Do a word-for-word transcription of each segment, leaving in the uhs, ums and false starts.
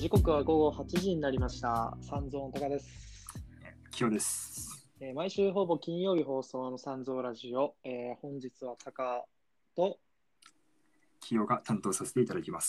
刻は午後はちじになりました。三蔵の高です。 清です、 えー毎週ほぼ金曜日放送の三蔵ラジオ、えー本日は高と、 清が担当させていただきます。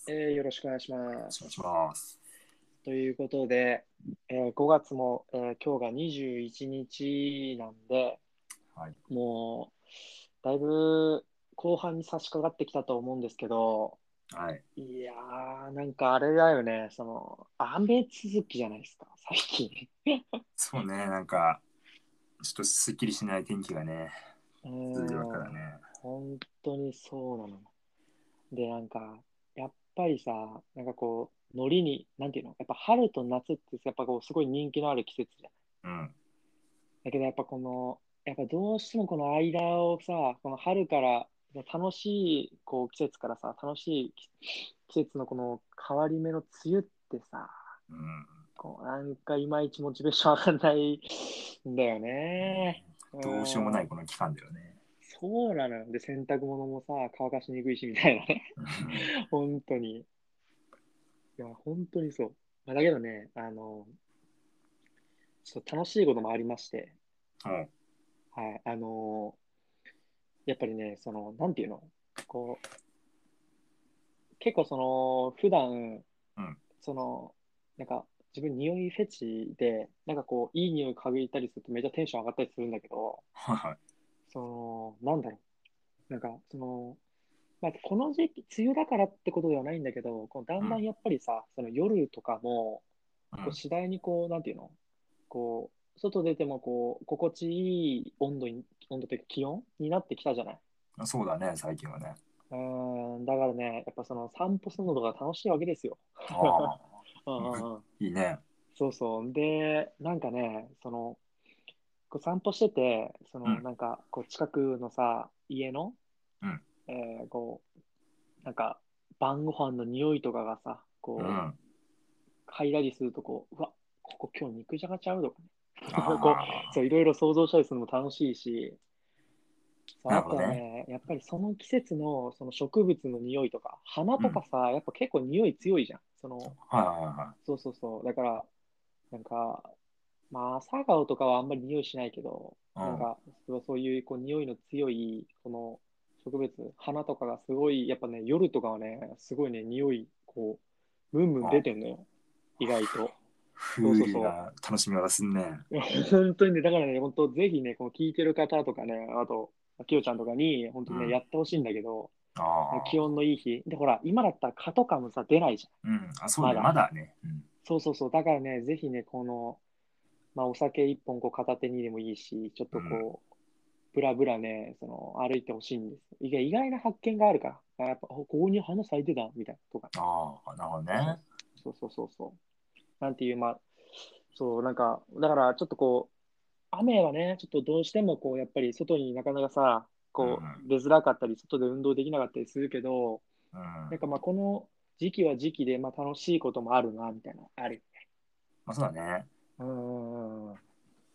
えーよろしくお願いしまお願いしす。 ます。 ということで、えーごがつも、えー今日がにじゅういちにちなんで、 はい。 もうだいぶ後半に差し掛かってきたと思うんですけど、 はい。 いやー、なんかあれだよね、その雨続きじゃないですか、最近。 そうね、なんか、ちょっとすっきりしない天気がね、 う続いてるかーん、 らね。 本当にそうなの。で、なんか、やっぱりさ、なんかこう、ノリに、なんていうの、やっぱ春と夏ってやっぱこう、すごい人気のある季節じゃん。 うん。 だけどやっぱこの、やっぱどうしてもこの間をさ、この春から楽しいこう季節からさ、楽しい季節のこの変わり目の梅雨ってさ、 うん。 こうなんかいまいちモチベーション上がらないんだよね。うどうしようもん、 ないこの期間だよね。 そうなのよ。で、洗濯物もさ、乾かしにくいしみたいなね。 うん。 本当に。いや、本当にそう。まあ、だけどね、あの、ちょっと楽しいこともありまして、はい、あの、やっぱりね、その、なんていうの、こう、結構その、普段、 うん。 その、なんか、自分匂いフェチで、なんかこう、いい匂い嗅いたりするとめっちゃテンション上がったりするんだけど、 はいはい。 その、なんだろう、なんか、その、まあ、この時期、梅雨だからってことではないんだけど、こうだうん。 んだんやっぱりさ、その夜とかも、こううん。 次第にこう、なんていうの、こう、外出てもこう、心地いい温度に、温度というか気温になってきたじゃない。 そうだね、最近はね。 うーん、だからね、やっぱその散歩するのとか楽しいわけですよ。 ああ、 うんううん、 んうん、 いいね。 そうそう。で、なんかね、その、こう散歩してて、その、 うん。 なんか、こう近くのさ、家の、 うん。 えーこう、なんか、晩ご飯の匂いとかがさ、こう、 うん。 嗅いだりすると、こう、うわ、ここ今日肉じゃがちゃうとかね。こう、 あそう、いろいろ想像したりするのも楽しいし、そあ、 うあなるほどね。 とはね、やっぱりその季節のその植物の匂いとか、花うん。 とかさ、やっぱ結構匂い強いじゃん。その、 はいはいはそうそうそう。だから、なんか、まあ、朝顔とかはあんまり匂いしないけど、 い。うん。 なんか、そうそういうこう匂いの強い、この植物、花とかがすごい、やっぱね、夜とかはね、すごいね、匂い、こう、ムンムン出あ、 てんのよ。意外と。そうそうそ風流な楽しみ方すんね。 う。いや本当にね、だからね、本当、ぜひね、この聞いてる方とかね、あと、きよちゃんとかに、本当にね、やうん。 ってほしいんだけど、 あ気温あ。 のいい日。で、ほら、今だったら蚊とかもさ、出ないじゃん。 うん。あ、そうね。 まだ。 まだね。うん。 そうそうそう。だからね、ぜひね、この、まあ、お酒一本こう片手にでもいいし、ちょっうん。 とこう、ぶらぶらね、その、歩いてほしいんです。意外意外な発見があるから。やっぱ、ここに花咲いてたみたいなとか。 ああ、なるほどそうそう。 ね。 そうそうそうそう。なんていう、まあ、そう、なんか、だからちょっとこう、雨はね、ちょっとどうしてもこう、やっぱり外になかなかさ、 うん。 こう、出づらかったり、外で運動できなかったりするけど、 うん。 なんかまあ、この時期は時期で、まあ、楽しいこともあるな、みたいな、ある。 まあそうだね。 うーん。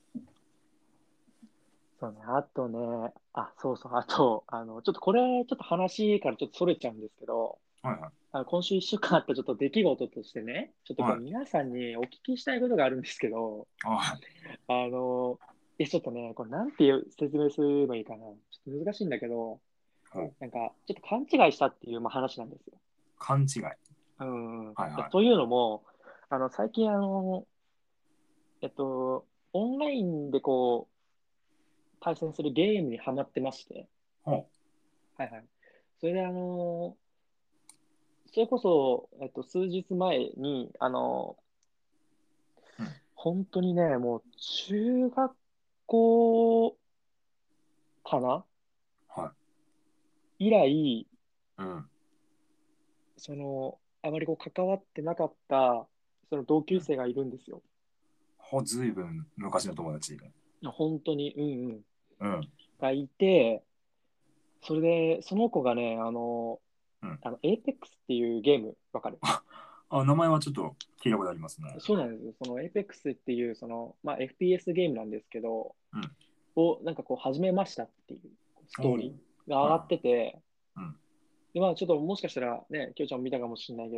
そうね。あとね、あ、そうそう、あと、あの、ちょっとこれ、ちょっと話からちょっとそれちゃうんですけど、 はいはい。 あの今週一週間あったちょっと出来事としてね、ちょっとこはい。 う皆さんにお聞きしたいことがあるんですけど、 ああの、え、ちょっとね、これなんていう説明すればいいかな。ちょっと難しいんだけど、 あ、お、 なんか、ちょっと勘違いしたっていう、まあ、話なんですよ。 勘違い。 うん。いはいはやというのも、あの、最近、あの、えっと、オンラインでこう、対戦するゲームにハマってまして、 い。ほはいはい。それで、あの、それこそ、えっと、数日前に、あの、 う。うん。 本当にね、もう、中学校かなは以来、 い。うん。 その、あまりこう、関わってなかった、その同うん。 級生がいるんですよ。 ほ、ずいぶん昔の友達。 本当に、うんうん。 うん。 がいて、それで、その子がね、あの、 うん。 あの、エーペックスっていうゲーム、わかる？ あ、名前はちょっと聞いたことありますね。 そうなんですよ。その エーペックスっていう、その、まあ、エフピーエス ゲームなんですけど、 うん。 を、なんかこう、始めましたっていうスおお。 トーリーが上がっはてて、 いはい。 で、まあ、ちょっともしかしたらね、きょうちゃんも見たかもしれないけど、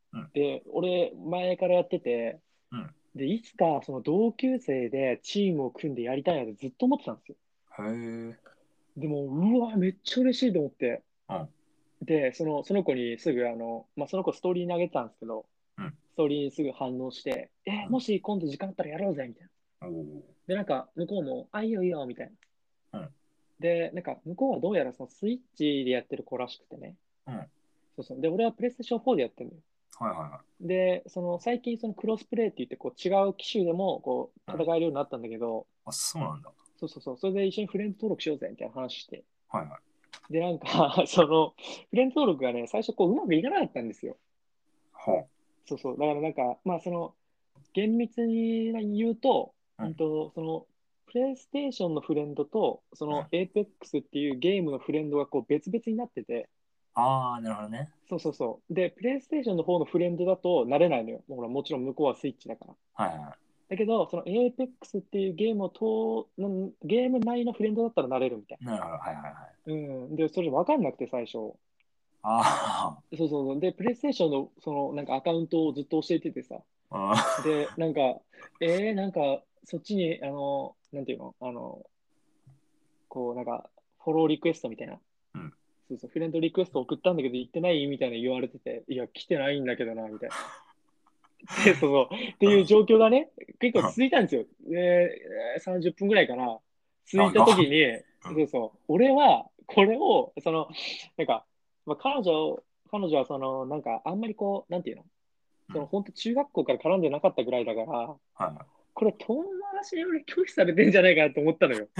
うん、 で、俺、前からやってて、 うん、 で、いつかその同級生でチームを組んでやりたいなってずっと思ってたんですよ。 へえ。 でも、うわ、めっちゃ嬉しいと思って。 うん、 で、その、その子にすぐ、あの、まあ、その子ストーリーに投げてたんですけど、 うん、 ストーリーにすぐ反応して、え、 うん。 もし今度時間あったらやろうぜ、みたいな。 おお。 で、なんか、向こうも、あ、いいよいいよ、みたいな。 うん、 で、なんか、向こうはどうやらそのスイッチでやってる子らしくてね。 うん。はいそうそう。で、俺はプレイステーションフォーでやってるのよ。 はいはで、その最近そのクロスプレイって言ってこう違う機種でもこうい。うん。 戦えるようになったんだけど、 あ、そうなんだ。 そうそうそう、それで一緒にフレンド登録しようぜみたいな話して、 はいはい。 で、なんかそのフレンド登録がね、最初こううまくいかなかったんですよ。 ほそうそう、だからなんか、まあその厳密に言うと、 う。うん。 うんと、そのプレイステーションのフレンドとそうん。 の Apex っていうゲームのフレンドがこう別々になってて、 ああ、なるほどね。 そうそうそう。で、プレイステーションの方のフレンドだとなれないのよ。ほら、もちろん向こうはスイッチだから。 はいはい。 だけど、その Apex っていうゲームをとのゲーム内のフレンドだったらなれるみたいなるほど。はいはいはい。 な。うん。で、それ分かんなくて最初。 あそうそうそう。で、プレイステーションのそのなんかアカウントをずっと教えててさ。 あ。あで、なんか、えー、なんか、そっちに、あの、なんていうのあの、こう、なんか、フォローリクエストみたいな。 ー。うん。 そうそう、フレンドリクエスト送ったんだけど、行ってないみたいな言われてて、いや、来てないんだけどな、みたいな。で、そうそう。っていう状況がね、結構続いたんですよ。で、さんじゅっぷんぐらいかな。続いたとき長。 に、 うん。 そうそう。俺は、これを、その、なんか、まあ、彼女、彼女はその、なんか、あんまりこう、なんていうのうん。 その、本当中学校から絡んでなかったぐらいだから、 はいはい。 これ友達に俺拒否されてんじゃないかなと思ったのよ。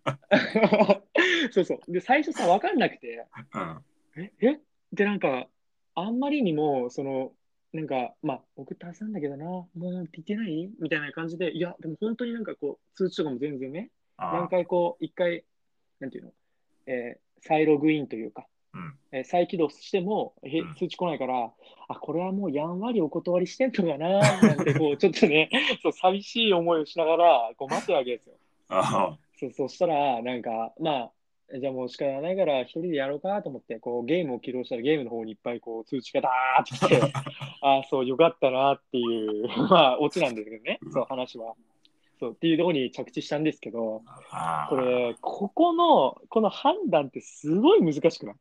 そうそう。で、最初さ、わかんなくて、 うん。 え、えで、なんか、あんまりにも、その、なんか、まあ、送ったはずなんだけどな、もうって言ってないみたいな感じで、いや、でも本当になんかこう、通知とかも全然ね、何ああ。 回こう、一回、なんていうの、えー再ログインというか、 うん。 えー再起動しても、 うん。 へ通知来ないから、あ、これはもうやんわりお断りしてんのかな、なんて、こう、ちょっとね、そう、寂しい思いをしながら、こう、待ってるわけですよ。 あそう、そしたら、なんか、まあ、じゃあもう仕方ないから一人でやろうかと思って、こうゲームを起動したらゲームの方にいっぱいこう通知がダーってきて、 あ。 ああ、そう、よかったなっていう、まあ、オチなんですけどね、そう、 うわ。 話は。そう、っていうところに着地したんですけど、これ、 ああ。 ここの、この判断ってすごい難しくない？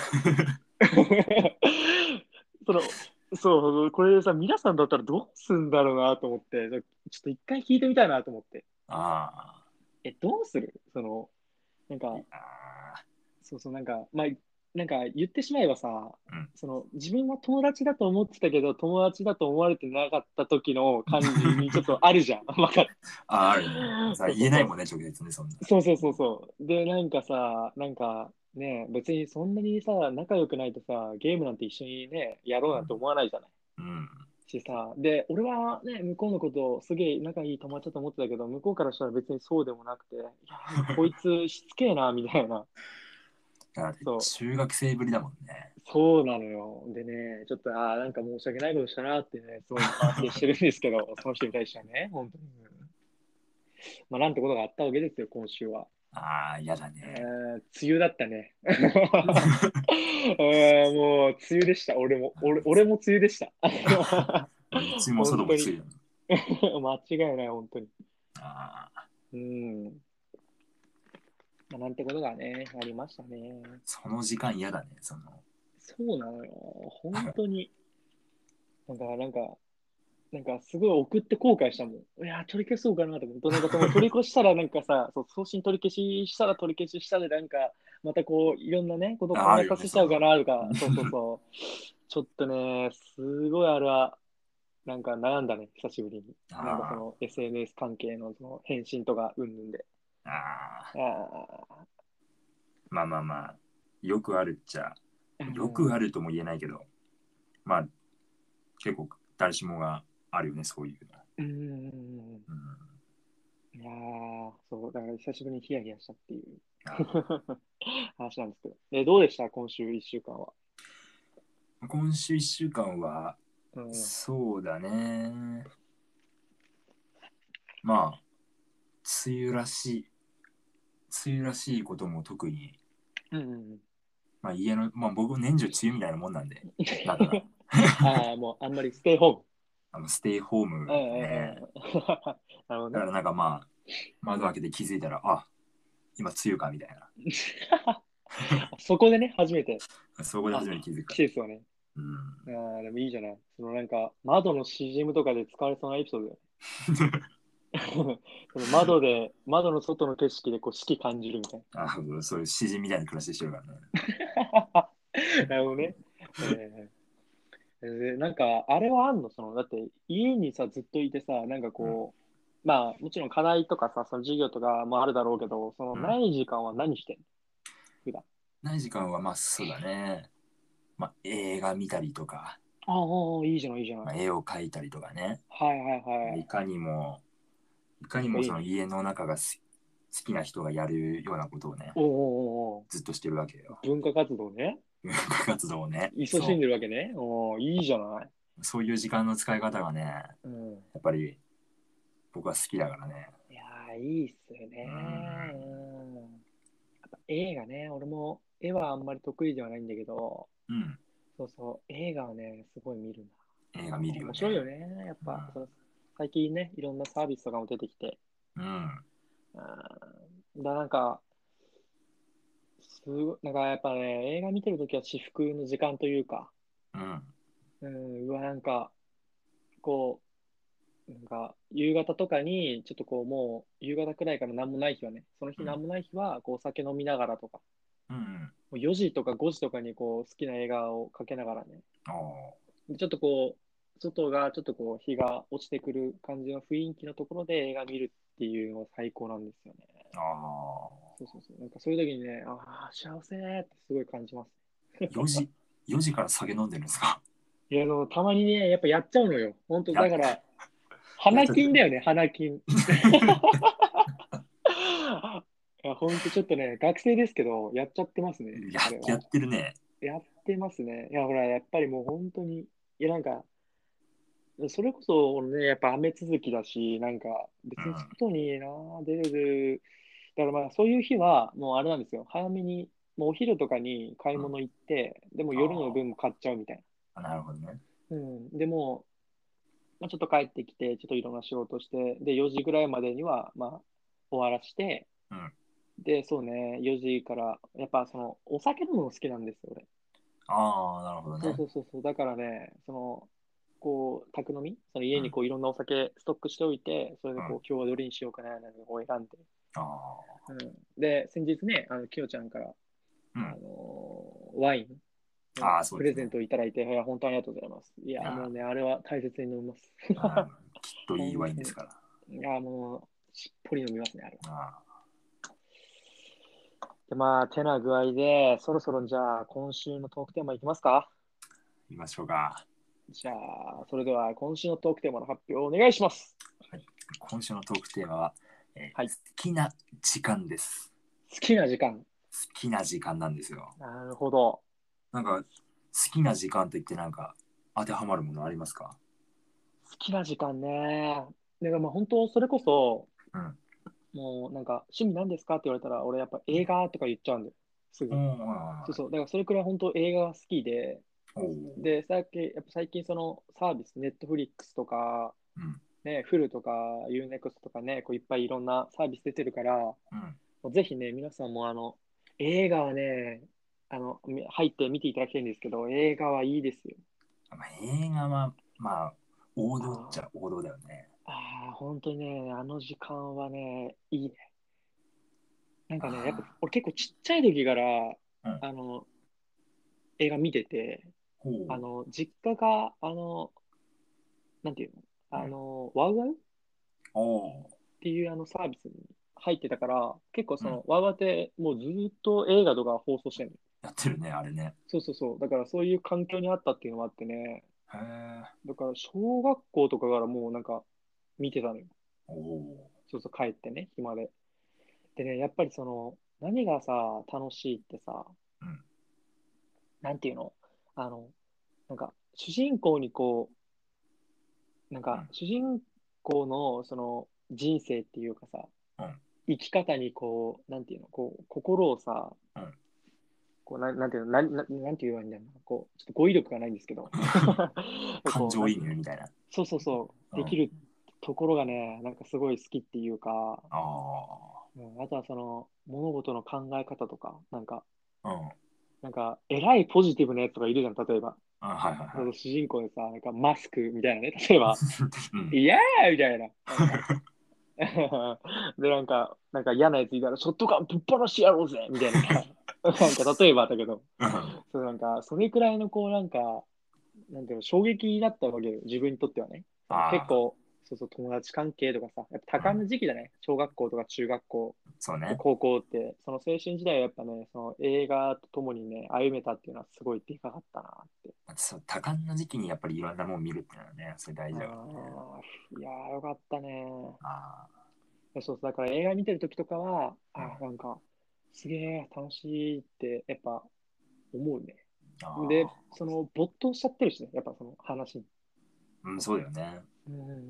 その、そう、これさ、皆さんだったらどうするんだろうなと思って、ちょっと一回聞いてみたいなと思って。 ああ。 え、どうするその、なんか、 いやそうそう、なんか、まあ、なんか言ってしまえばさ、 ー。うん。 その自分は友達だと思ってたけど、友達だと思われてなかった時の感じにちょっとあるじゃん。わかる。 あ、あるね。さ、 そうそうそ言えないもんね、直接ね、そんな。 う。そうそうそうそう。で、なんかさ、なんかね、別にそんなにさ、仲良くないとさ、ゲームなんて一緒にね、やろうなんて思わないじゃない。 うん。うん。 しさ、で、俺はね、向こうのことすげえ仲いい友達だと思ってたけど、向こうからしたら別にそうでもなくて、いや、なんかこいつしつけえな、みたいな。 だってそう。 中学生ぶりだもんね。 そうなのよ。でね、ちょっと、ああ、なんか申し訳ないことしたなってね、すごい反省してるんですけど、その人に対してはね、本当に。まあ、なんてことがあったわけですよ、今週は。 ああ、嫌だえね。 ー、梅雨だったね。えー、もう、梅雨でした。俺も、俺、俺も梅雨でした。 うちも外も本当に。 ついたの。 間違いない、本当に。 ああ、 うん。まあ、なんてことがね、ありましたね。 その時間嫌だね、その。 そうなのよ。本当に。なんか、なんか、なんかすごい送って後悔したもん。いや、取り消そうかなと思って、なんかその取り消したらなんかさ、そう送信取り消ししたら取り消ししたでなんか、またこう、いろんなね、ことをあ、あるよね、 考えさせちゃうかその。 なとか、そうそうそう。ちょっとね、すごいあれは、なんか悩んだね、久しぶりに。なんかそあの エスエヌエス 関係のその返信とかうんぬんで。 あ、ああ、 あまあまあまあ、よくあるっちゃ、 あ、うよくあん、 るとも言えないけど、まあ、結構誰しもがあるよね、そういうの。 うん、 うん、 いやー、そう、だから久しぶりにヒヤヒヤしたっていうあ話なんですけど。え、どうでした今週いっしゅうかんは？ ー今週いっしゅうかんは、 うん。 そうだね。まあ、梅雨らしい、梅雨らしいことも特に、 うんうんうん。 まあ家の、まあ僕年中梅雨みたいなもんなんで、だから。 ああ、もうあんまりステイホーム。 あのステイホームうんうんね。 うん。なるほどね。 だからなんかまあ、窓開けて気づいたら、あ、今梅雨かみたいな。 そこでね、初めて、 そこであ、 初めて気づくから。 季節をね。 うん。 ああ、でもいいじゃない。そのなんか、窓のシーエムとかで使われそうなエピソードだよね。その窓で、窓の外の景色でこう四季感じるみたいあ、そういう詩人みたいな暮らししてるからね。 な。なるほどね。えー、でなんか、あれはあんのその、だって家にさ、ずっといてさ、なんかうん。 こう、まあ、もちろん課題とかさ、その授業とかもあるだろうけど、そのうん。 ない時間は何してんの普段。 ない時間はまあそうだね。まあ映画見たりとか、 ああ、いいじゃない、いいじゃない。 まあ、絵を描いたりとかね。 はいはいはい。 いかにも、いかにもそのなんかいいね。 家の中がす好きな人がやるようなことをね、 おうおうおうおずっとしてるわけう、 よ。 文化活動ね。 文化活動をね。 勤しんそでるわけね。おーいいじゃない。 う。そういう時間の使い方がね、 うん。 やっぱり僕は好きだからね。 いやー、いいっすようね。 ん。 うん。やっぱ映画ね、俺も絵はあんまり得意ではないんだけど、 うん。 そうそう、映画はね、すごい見るな。 映画見るよ面白いよね。 ね。やっぱ、そうん。 の最近ね、いろんなサービスとかも出てきて。 うん。 うん。だなんか、すごい、なんかやっぱね、映画見てるときは至福の時間というか、 うん。 うん、うわ、なんか、こう、なんか、夕方とかに、ちょっとこう、もう、夕方くらいから何もない日はね、その日うん。 何もない日は、こう、お酒飲みながらとか、 うん。 もうよじとかごじとかに、こう、好きな映画をかけながらね、 ああ。 でちょっとこう、外が、ちょっとこう、日が落ちてくる感じの雰囲気のところで映画見るっていうのが最高なんですよね。 ああ。 そうそうそう。なんかそういう時にね、ああ、幸せーってすごい感じます。 よじ、よじから酒飲んでるんですか？ いや、あの、たまにね、やっぱやっちゃうのよ。本当だや、 から、花やっちゃってる。 金だよね、花金。いや、ほんとちょっとね、学生ですけど、やっちゃってますね、 や、 あれは。 やってるね。 やってますね。いや、ほら、やっぱりもう本当に、いや、なんか、それこそね、やっぱ雨続きだし、なんか、別にうん。 外にな、出る、だからまあ、そういう日は、もうあれなんですよ。早めに、もうお昼とかに買いうん。 物行って、でも夜のあ分も買っちゃうみたいあ。なるほどね。 な。うん。でも、まあ、ちょっと帰ってきて、ちょっといろんな仕事して、で、よじぐらいまでには、まあ、終わらして、 うん。 で、そうね、よじから、やっぱその、お酒飲むの好きなんですよ、俺。 ああ、なるほどそうね。 そうそうそう。だからね、その、こう、宅飲みその家うん。 にこういろんなお酒ストックしておいて、それでうん。 こう、今日はどれにしようかな、なんてこう選んで。 ああ。 うん。で、先日ね、あの、きよちゃんから、あうん。 のーワインのああ、そうですね。 プレゼントをいただいて、いや、本当ありがとうございます。いや、 いやもうね、あれは大切に飲みます。 ー、うん、きっといいワ本当に。 インですから。 いや、もう、しっぽり飲みますね、あれは。 ああ、 で、まあ、てな具合で、そろそろじゃあ、今週のトークテーマいきますか。 言いましょうか。 じゃあ、それでは今週のトークテーマの発表をお願いします。 はい、今週のトークテーマは、えーはい。 好きな時間です。 好きな時間。 好きな時間なんですよ。 なるほど。 なんか、好きな時間といってなんか、当てはまるものありますか？ 好きな時間ね。だからまあ本当、それこそ、 うん。 もうなんか、趣味何ですかって言われたら、俺やっぱ映画とか言っちゃうんだよ。すぐ。 うん。おー、 そうそう。だからそれくらい本当映画が好きで、 おー、 で、さっき、やっぱ最近そのサービス、ネットフリックスとか、 うん。 ね、フルとか、ユーネクストとかね、こういっぱいいろんなサービス出てるから、もうん。 うぜひね、皆さんもあの、映画はね、あの、み入って見ていただきたいんですけど、映画はいいですよ。 まあ、映画は、まあ、王道っちあゃ王道だよね。 あ、ああ、本当にね、あの時間はね、いいね。なんかね、やっぱあ俺結構ちっちゃい時から、 あ、うん。 あの、映画見てて、 ほう。 あの、実家が、あの、なんていうのうん。 あの、ワウワウっおお。 ていうあのサービスに入ってたから、結構うん。 その、ワウワウってもうずーっと映画とか放送してるの。 やってるね、あれね。 そうそうそう。だからそういう環境にあったっていうのもあってね、 へえ。 だから小学校とかからもうなんか見てたのよ。 おお。 そうそう、帰ってね、暇で。でね、やっぱりその、何がさ、楽しいってさ、 うん。 なんていうのあの、なんか、主人公にこう、なんか、 うん。 主人公のその人生っていうかさ、 うん。 生き方にこう、なんていうの、こう、心をさ、 うん。 こうななんていうの、なんななんて言えばいいんだろうな、こうちょっと語彙力がないんですけど、 感情移こうなん入みたいな。 そうそうそう、 うん、 できるところがね、なんかすごい好きっていうか、 あうん、あとはその物事の考え方とか、なんか、 あ、うん。 なんか、えらいポジティブなやつとかいるじゃん、例えば。 あ、はいはいはい。 その主人公でさ、なんかマスクみたいなね、例えば、 うん。 イエーイみたいな、なんか、で、なんか、なんか嫌なやついたら、ショットガンぶっ放してやろうぜみたいなさ、なんか例えばだけど、 うん。 そうなんか、それくらいのこう、なんか、なんていうの、衝撃だったわけよ、自分にとってはね。その結あ構、そうそう、友達関係とかさ、やっぱ多あ、うん。 感な時期だね。小学校とか中学校、 そうね。 で高校って、その青春時代はやっぱね、その映画とともにね、歩めたっていうのはすごいでかかったなって。 そう、多感な時期にやっぱりいろんなものを見るっていうのはね、それ大あ事だからね。 あ、いやー、よかったね。 あそうそう、だから映画見てるときとかは、 あ、 あ、なんか、すげえ楽しいって、やっぱ思うね。 うん。あで、 あ、 その、没頭しちゃってるしね、やっぱその話に。 うん、そうだよね。 うんうんうんうん。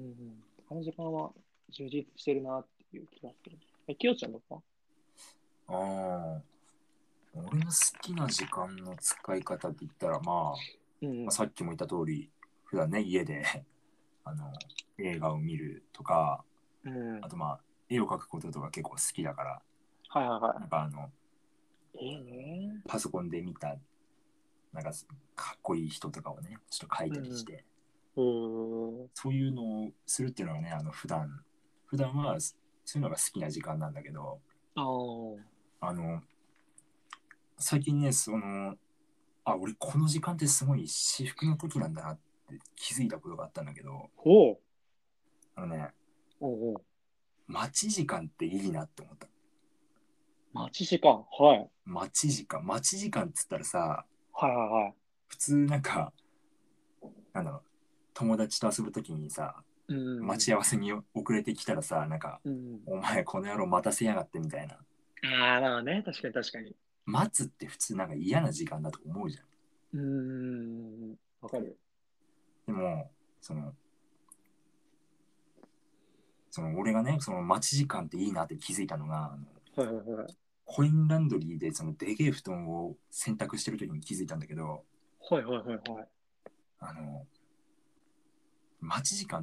あの時間は充実してるなっていう気がする。え、きよちゃんとかああ、俺の好きな時間の使い方って言ったら、まあ、まあ、 うんさっきも言った通り、普段ね、家であの映画を見るとか、 うん。うん。 あとまあ、絵を描くこととか結構好きだから、 はいはいはなんかあの、 い。ええね。 パソコンで見た、なんかかっこいい人とかをね、ちょっと描いうんたりして、 うん。うーん。 そういうのをするっていうのはね、あの普段普段はそういうのが好きな時間なんだけど、 ああ。 あの、最近ね、その、あ、俺この時間ってすごい至福の時なんだなって気づいたことがあったんだけど、 ほう。 あのね、 おうおう。 待ち時間っていいなって思った。 待ち時間。はい。 待ち時間、待ち時間っつったらさ、 はいはいはい。 普通なんか、なんだろう、友達と遊ぶ時にさ、 うんうん待ち合わせに遅れてきたらさ、なんか、 うん。 お前この野郎待たせやがってみたいな。 うん。ああ、まあね。確かに確かに。 待つって普通なんか嫌な時間だと思うじゃん。 うーん。わかるよ。 でも、その、その俺がね、その待ち時間っていいなって気づいたのが、あのはいはいはい。 コインランドリーでそのでけえ布団を洗濯してる時に気づいたんだけど、 はいはいはいはい。 あの、待ち時間って、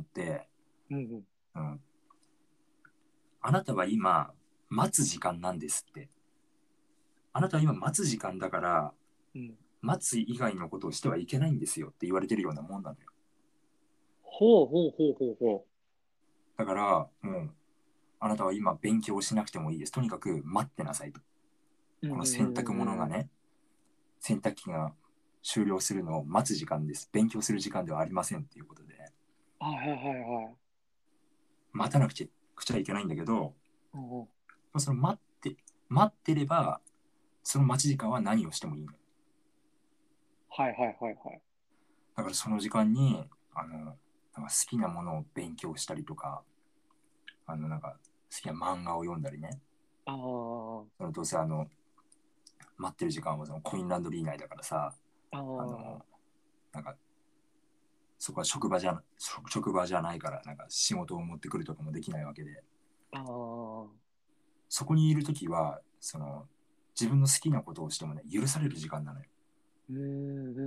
うんうん。 うん、あなたは今、待つ時間なんですって。あなたは今待つ時間だから、 うん。 待つ以外のことをしてはいけないんですよって言われてるようなもんなのよ。 ほうほうほうほうほだから、もう、あなたは今勉強しなくてもいいです。とにかく待ってなさいと。 う。うんこのうんう洗濯んうんうん。 物がね、洗濯機が終了するのを待つ時間です。勉強する時間ではありませんっていうことで、 はいはいはいはい。 待たなくちゃいけないんだけど、 うんうん。 その待って、待ってれば、その待ち時間は何をしてもいいの。 はいはいはいはい。 だからその時間に、あの、なんか好きなものを勉強したりとか、あの、なんか好きな漫画を読んだりね。 ああ、 そのどうせあの、待ってる時間はそのコインランドリー内だからさ、 ああ、 あの、なんかそこは職場じゃ職場じゃないからなんか仕事を持ってくるとかもできないわけで、 ああ、 そこにいるときはその自分の好きなことをしてもね許される時間なのよ。 うん、うん、うん、うん、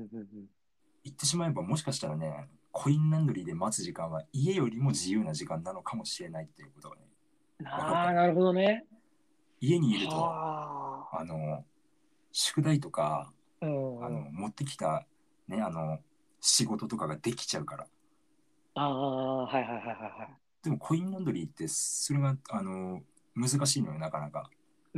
うん。 言ってしまえばもしかしたらねコインランドリーで待つ時間は家よりも自由な時間なのかもしれないっていうことがね分かった。 ああ、なるほどね。 家にいるとはあ、 あの宿題とかうん、うん。 あの持ってきたねあの仕事とかができちゃうから。 ああ、はいはいはいはいはい。 でもコインランドリーってそれがあの難しいのよなかなか。 うん、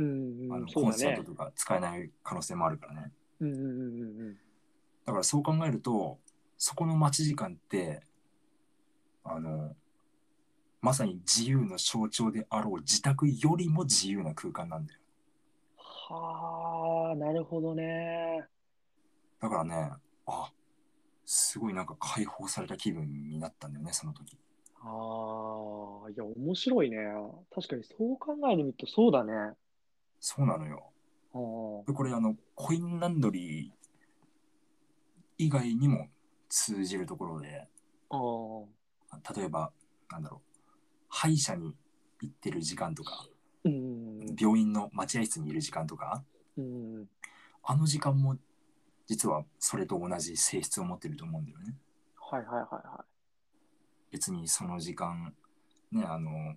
うん、 あのコンそうだね。 セントとか使えない可能性もあるからね。 うん、うん、うん、うん。 だからそう考えるとそこの待ち時間ってあのまさに自由の象徴であろう自宅よりも自由な空間なんだよ。 はあ、なるほどね。 だからね、あ、すごいなんか解放された気分になったんだよねその時。 ああ、いや、面白いね。確かにそう考えてみるとそうだね。 そうなのよ。 ああ、 でこれあのコインランドリー以外にも通じるところで、 ああ、 例えばなんだろう、歯医者に行ってる時間とかうん、 病院の待合室にいる時間とか、 うん。 あの時間も実はそれと同じ性質を持ってると思うんだよね。 はいはいはいは別にその時間ね、あの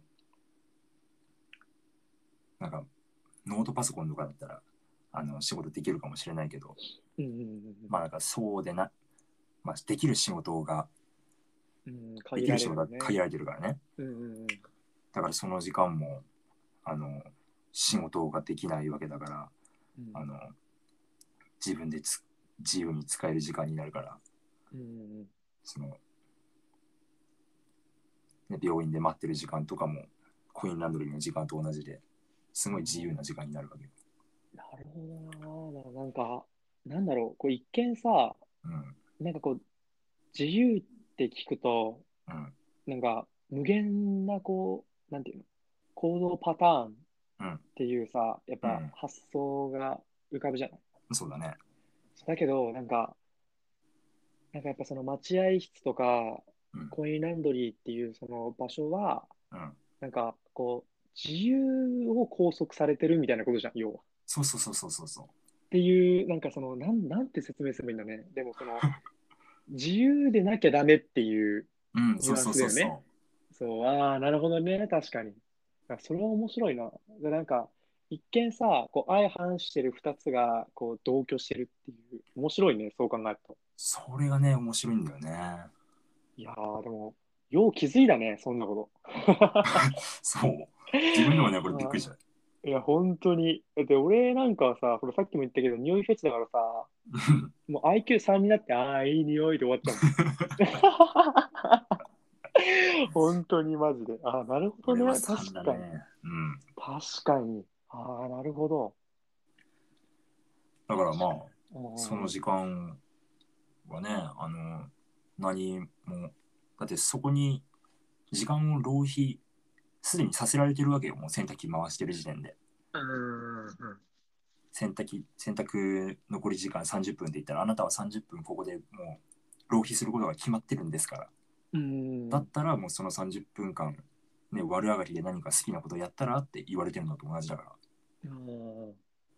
なんかノートパソコンとかだったらあの仕事できるかもしれないけど、 い。うんうんうんうん。 まあなんかそうでな、まあ、できる仕事がうん、 で限らきる仕事がれるよね。 限られてるからね。 うんうんうん。 だからその時間もあの仕事ができないわけだから、 うんあの自分でつ自由に使える時間になるから、 うんうんその、ね、病院で待ってる時間とかもコインランドリーの時間と同じですごい自由な時間になるわけよ。 なるほどな。だからなんか、なんだろう、こう一見さ、 うんなんかこう、自由って聞くと、 うんなんか無限なこう、なんていうの、行動パターンっうんていうさ、やっぱうん発想が浮かぶじゃない。 そうだね。 だけど、なんか、なんかやっぱその待合室とか、 うんコインランドリーっていうその場所は、 うんなんかこう、自由を拘束されてるみたいなことじゃん、要は。っそうそうそうそうそうそていう、なんかその、なん、なんて説明すればいいんだね。でもその、自由でなきゃダメっていうう。うん、 ニュアンそうそうスだよね。 そうそそう、ああ、なるほどね、確かに。あそれは面白いな。で、なんか、一見さ、こう、相反してる二つが、こう、同居してるっていう、面白いね、そう考えると。 それがね面白いんだよね。 いやー、でも、よう気づいたね、そんなこと。 そう自分でもねこれびっくりしあた。 ーいや、本当に。だって、俺なんかはさ、これさっきも言ったけど、匂いフェチだからさ、もう アイキューさん になって、ああ、いい匂いで終わっちゃうもん。本当にマジで。ああ、なるほ俺はどね。確さんだかに。 ね。うん確かに。ああ、なるほど。 だからまあ確かに。うんうんその時間はね、あの何もだってそこに時間を浪費すでにさせられてるわけよ。もう洗濯機回してる時点で。 うんうん洗濯機洗濯残り時間さんじゅっぷんで言ったら、あなたはさんじゅっぷんここでもう浪費することが決まってるんですから。 うん。 だったらもうそのさんじゅっぷんかん、ね、悪上がりで何か好きなことやったらって言われてるのと同じだから。 うん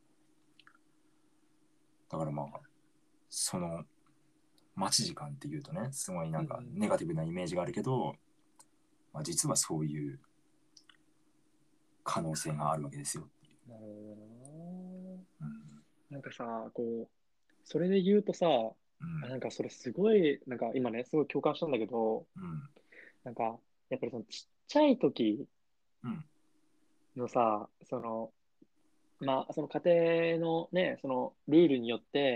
だからまあ、その待ち時間っていうとね、すごいなんかうんネガティブなイメージがあるけど、まあ、実はそういう可能性があるわけですよ。 なるほうんどな。なんかさ、こう、それで言うとさ、あうんなんかそれすごい、なんか今ね、すごい共感したんだけど、 うんなんか、やっぱりそのちっちゃい時うんのさ、その、まあ、その家庭のね、そのルールによって、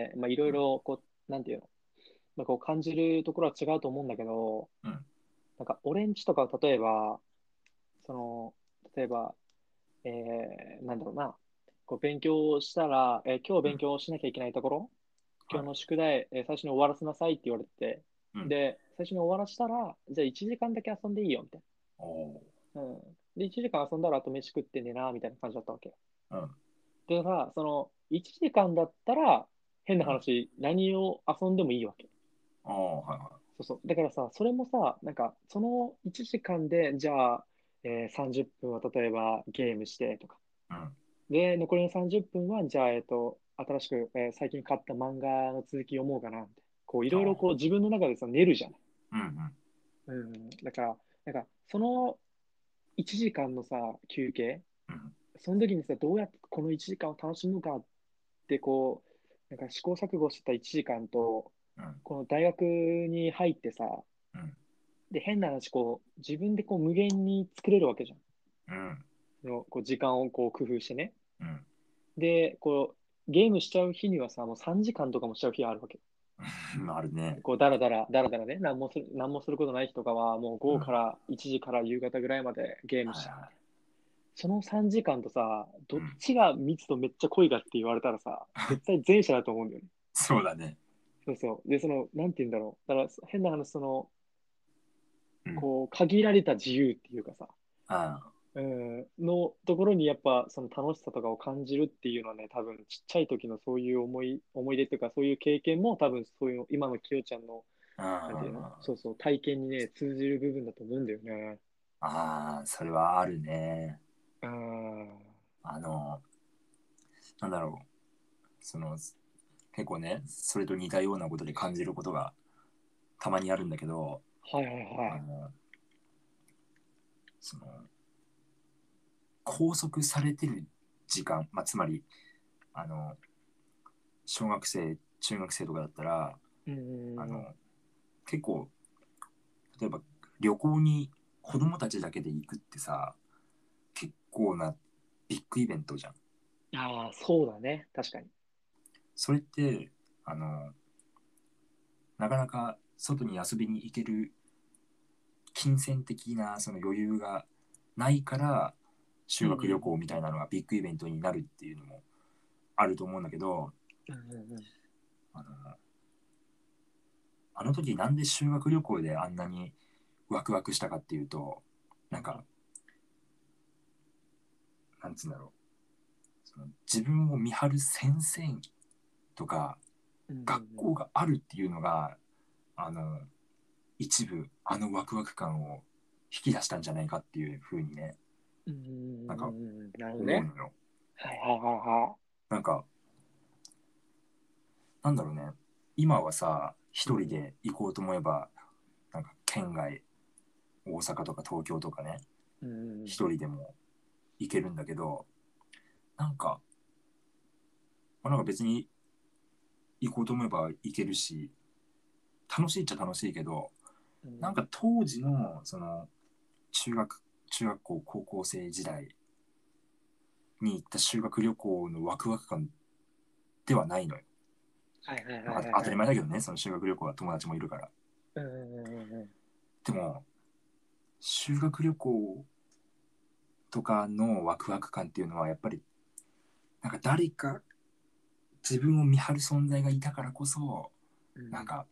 まあ、いろいろ、こう、なんていうの、まあ、こう感じるところは違うと思うんだけど、 うんなんか、俺んちとか、例えば、その、例えば、えー、なんだろうな、こう勉強したら、えー今日うん勉強しなきゃいけないところ、今はい日の宿題、えー最初に終わらせなさいって言われてて、 うんで、最初に終わらせたら、じゃあいちじかんだけ遊んでいいよ、みたいおな。うん。で、いちじかん遊んだら、あと飯食って寝な、みたいな感じだったわけ。 ーうんでさ、その、いちじかんだったら、変なうん話、何を遊んでもいいわけ。 ああはいはそうそう。だからさ、それもさ、なんか、そのいちじかんで、じゃあ、えーさんじゅっぷんは例えばゲームしてとか。 いうんで、残りのさんじゅっぷんは、じゃあ、えっと、新しく、えー最近買った漫画の続き読もうかな、みたいな。こう、いろいろこう、 ああ自分の中でさ、寝るじゃない。 うんうんうん。だから、なんか、そのいちじかんのさ、休憩、 うんその時にさ、どうやってこのいちじかんを楽しむかって、こう、なんか試行錯誤してたいちじかんと、 うんこの大学に入ってさ、 うんで、変な話、こう、自分でこう無限に作れるわけじゃん。 うんそのこう時間をこう工夫してね。 うんで、こう、ゲームしちゃう日にはさ、もうさんじかんとかもしちゃう日があるわけ。 うんあるね。 こう、だらだら、だらだらね、何もする、何もすることない日とかは、もう午後かうんらいちじから夕方ぐらいまでゲームしちゃう。 はいはそのさんじかんとさ、どっいうんちが密度めっちゃ濃いかって言われたらさ、絶対前者だと思うんだよね。 そうだね。 そうそう。で、その、なんて言うんだろう。だから変な話、その、 うんこう、限られた自由っていうかさ、 あうん、のところにやっぱその楽しさとかを感じるっていうのはね、多分ちっちゃい時のそういう思い、思い出というか、そういう経験も多分そういう今のきよちゃんの、なんていうの、 あそうそう、体験にね、通じる部分だと思うんだよね。 ああそれはあるね。 うん。 あのなんだろう、その結構ね、それと似たようなことで感じることがたまにあるんだけど、 はいはいはい。 あの、その、拘束されてる時間、まあ、つまり、あの、小学生、中学生とかだったら、 うんうんうん。 あの、結構、例えば旅行に子供たちだけで行くってさ、結構なビッグイベントじゃん。 ああ、そうだね。確かに。 それって、あの、なかなか外に遊びに行ける金銭的なその余裕がないから修学旅うんうん行みたいなのがビッグイベントになるっていうのもあると思うんだけど、 うんうんうん。 あのあの時なんで修学旅行であんなにワクワクしたかっていうと、なんか、なんつうんだろう、その自分を見張る先生とかうんうん学校があるっていうのが、あの一部あのワクワク感を引き出したんじゃないかっていうふうにね、 うんうんうなんかんうん。なるほどね。 思うのよ。 はいはいはいはなんか、なんだろうね、今はさ、 い。う一人んで行こうと思えば、なんか県外、大阪とか東京とかね、 うんうん一人でも行けるんだけど、なんか、まあ、なんか別に行こうと思えば行けるし、楽しいっちゃ楽しいけど、 うん。 なんか当時の、その、中学、中学校、高校生時代に行った修学旅行のワクワク感ではないのよ。 はいはいはいまあ、 はいはい。 当たり前だけどね、その修学旅行は友達もいるから。 うんうんうんうん。 でも、修学旅行とかのワクワク感っていうのはやっぱりなんか誰か自分を見張る存在がいたからこそ、 うん。 なんか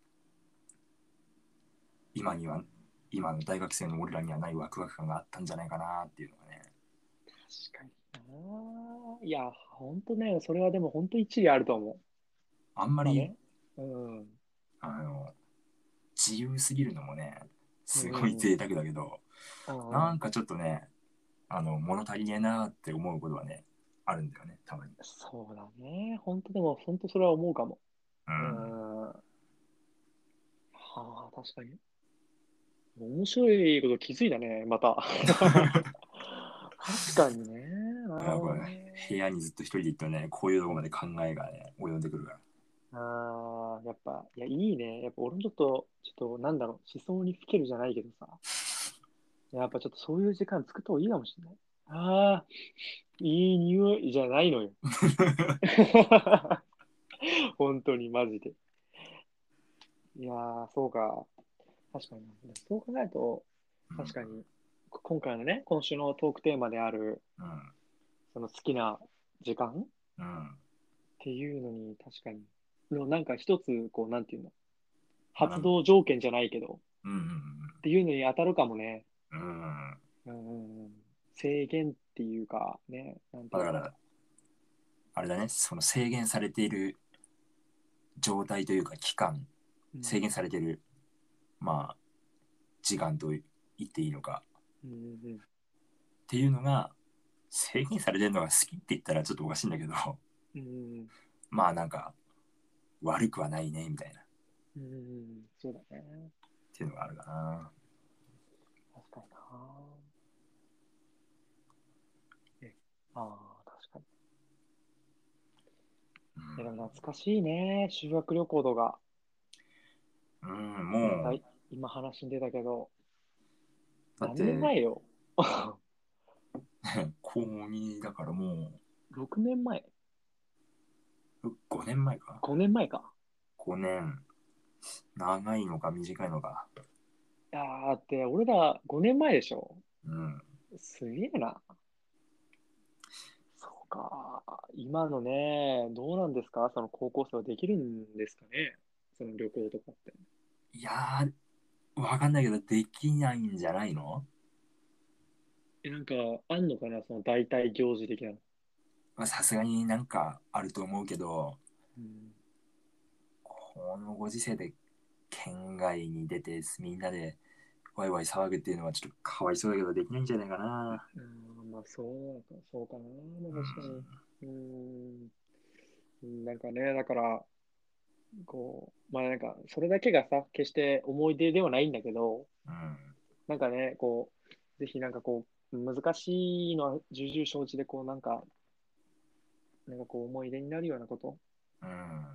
今には今の大学生の俺らにはないワクワク感があったんじゃないかなっていうのがね。 確かにな。いや、ほんとね、それはでも本当一理あると思う。 あんまりまあね。うん。うんあの自由すぎるのもね、すごいうんうん。 贅沢だけど、 ああ、 なんかちょっとね、あの物足りねえなって思うことはね、あるんだよね、たまに。 そうだね。本当でも、本当それは思うかも。 ううん。 ん。はあ、確かに。面白いこと気づいたね、また。確かにね。なるやっぱほどね。 部屋にずっと一人で行ったらね、こういうとこまで考えがね、及んでくるから。 ああ、やっぱ、いや、いいね。やっぱ俺もちょっと、ちょっと、なんだろう、思想にふけるじゃないけどさ。やっぱちょっとそういう時間作った方がいいかもしれない。ああ、いい匂いじゃないのよ。本当に、マジで。いやー、そうか。確かに。でもそう考えると、 うん。 確かに、こ今回のね、今週のトークテーマである、 うん。 その好きな時間っうん。 ていうのに、確かに、のなんか一つ、こう、なんていうの、 まあなん、 発動条件じゃないけど、 うんうんっていうのに当たるかもね。 うん。うん。 うんうんうん、制限っていうか、ね、なんていうか。 まあだから、あれだね、その制限されている状態というか期間、 うん、 制限されている、まあ、時間と言っていいのかうんうんうん、 っていうのが、制限されてるのが好きって言ったらちょっとおかしいんだけど、 うん、 まあなんか、悪くはないね、みたいな、っうん、そうだね。 ていうのがあるかな。 確かにな。え、ああ、確かに。え、でも懐かしいね。修学旅行とか。 うん、うん、 またも今話に出たけど、 う、だっ何年て、 前よ。 高にだからもろくねんまえ？ うごねんまえか。 ご 年前か。 ごねん、長いのか短いのか。 いやー、だって俺らごねんまえでしょ。 うん。 すげえな。そうか。今のね、どうなんですかその高校生はできるんですかね、その旅行とかって。 いやー、わかんないけど、できないんじゃないの？ え、なんか、あんのかなその代替行事的なの。 まあさすがになんかあると思うけど、 うん。 このご時世で県外に出てみんなでワイワイ騒ぐっていうのはちょっとかわいそうだけどできないんじゃないかな。 うん、まあ、そうか、そうかな。まあ、確かに。 ううん。 うんなんかね、だから、こう、まあなんか、それだけがさ、決して思い出ではないんだけど、 うん。 なんかね、こう、ぜひなんかこう、難しいのは重々承知で、こう、なんか、なんかこう、思い出になるようなこと、 うん。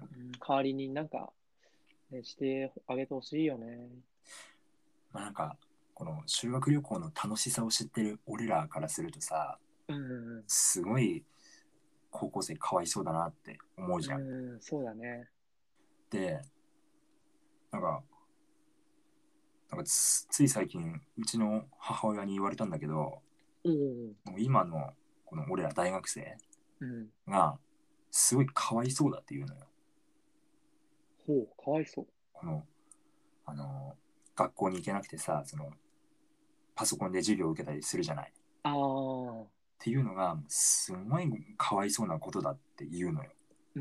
うん代わりになんか、ね、してあげてほしいよね。 まあなんか、この修学旅行の楽しさを知ってる俺らからするとさ、 うん、 すごい高校生かわいそうだなって思うじゃん。 うん、うん、そうだね。 で、なんか、なんかつ、つい最近、うちの母親に言われたんだけど、 うん、 もう今のこの俺ら大学生うん。 が、すごいかわいそうだって言うのよ。 ほう、かわいそう。 この、あの、学校に行けなくてさ、その、パソコンで授業を受けたりするじゃない。っああ、 ていうのが、すごいかわいそうなことだって言うのよ。 うん、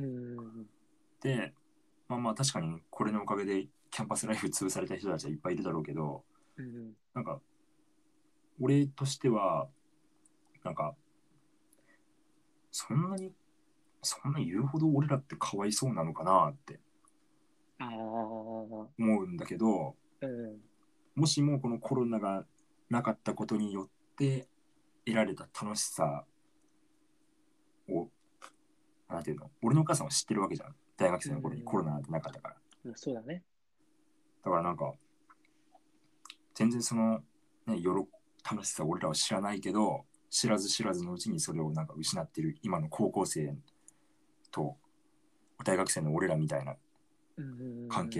で、まあまあ確かにこれのおかげでキャンパスライフ潰された人たちはいっぱいいるだろうけど、 うん、 なんか、俺としては、なんか、そんなに、そんな言うほど俺らってかわいそうなのかなってああ、 思うんだけど、 うん、 もしもこのコロナがなかったことによって得られた楽しさを、なんていうの、俺のお母さんは知ってるわけじゃん。大学う生の頃にコロナなんん、 てなかったから。 まあそうだね。 だからなんか、全然その、ね、よろ楽しさを俺らは知らないけど、知らず知らずのうちにそれをなんか失ってる今の高校生と大学生の俺らみたいなうん、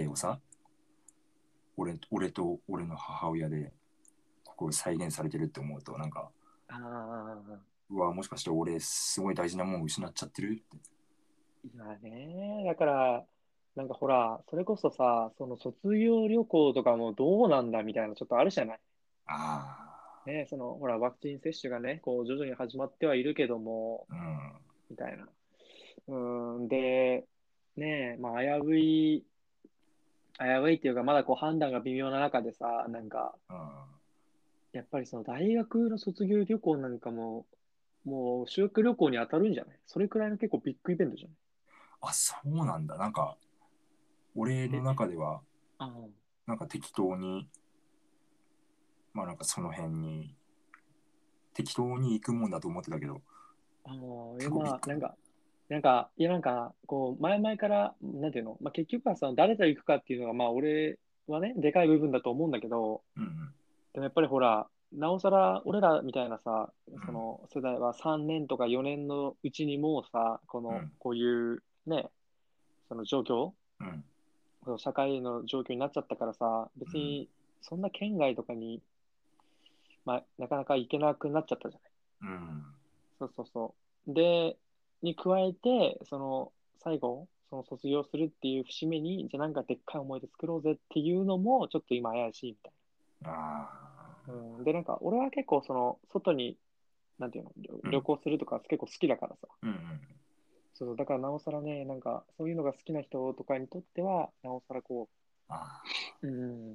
関係をさ、俺俺と俺の母親でここ再現されてるって思うと、なんか、 ああ、 うわ、もしかして俺すごい大事なもん失っちゃってるって。 今ね、だから、なんかほら、それこそさ、その卒業旅行とかもどうなんだみたいなちょっとあるじゃない。 あね、その、ほら、ワクチン接種がね、こう、徐々に始まってはいるけども、 あ、うん、 みたいな。うーん、で、ね、まあ、危うい、危ういっていうか、まだこう、判断が微妙な中でさ、なんか、 うん。 やっぱりその、大学の卒業旅行なんかも、もう、修学旅行に当たるんじゃない？それくらいの結構ビッグイベントじゃない？ あ、そうなんだ。なんか、俺のえ、 中では、 ああ、 なんか適当に、まあなんかその辺に、適当に行くもんだと思ってたけど、 ああ、いや、 結構ビッまあ、 グなんだ。 なんか、なんか、いや、なんか、こう、前々から、なんていうの、まあ、結局はその、誰と行くかっていうのが、まあ、俺はね、でかい部分だと思うんだけど、 うん、 でもやっぱりほら、なおさら、俺らみたいなさ、 うん、 その、世代はさんねんとかよねんのうちにもうさ、この、 うん、 こういう、ね、その状況、 うん、 この社会の状況になっちゃったからさ、別うん、 に、そんな県外とかに、まあ、なかなか行けなくなっちゃったじゃない。 うん。 そうそうそう。で、に加えて、その、最後、その卒業するっていう節目に、じゃあなんかでっかい思い出作ろうぜっていうのも、ちょっと今怪しいみたいあな。 あ、 うん、で、なんか、俺は結構、その、外に、なんていうの、旅うん、 旅行するとか結構好きだからさ。 うん、うん。 そう、だからなおさらね、なんか、そういうのが好きな人とかにとっては、なおさらこあう、うん、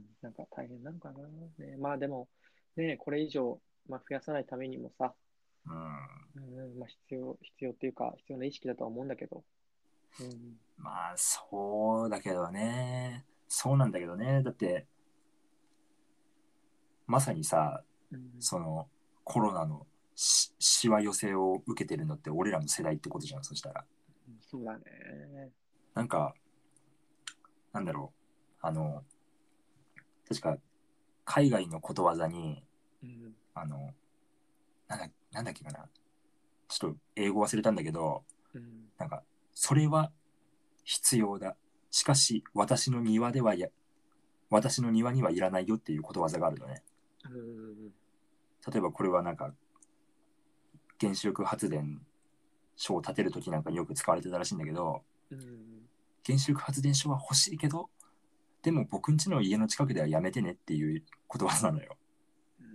なんか大変なのかな。ね、まあでも、ね、これ以上、まあ、増やさないためにもさ、 あ、うん。 うん、まあ必要、必要っていうか、必要な意識だとは思うんだけど、うん、 まあ、そうだけどね。そうなんだけどね。だって、まさにさ、 うん、 その、コロナのし、しわ寄せを受けてるのって俺らの世代ってことじゃん、そしたら。 そうだね。 なんか、なんだろう。あの、確か、海外のことわざに、 うん、 あの、なんだ、なんだっけかな。ちょっと英語忘れたんだけど、 うん、 なんか、それは必要だ。しかし、私の庭ではや、私の庭にはいらないよっていうことわざがあるのね。 うん、 例えばこれはなんか、原子力発電所を建てるときなんかによく使われてたらしいんだけど、 うん、 原子力発電所は欲しいけど、でも僕ん家の家の近くではやめてねっていうことわざなのよ。 うん、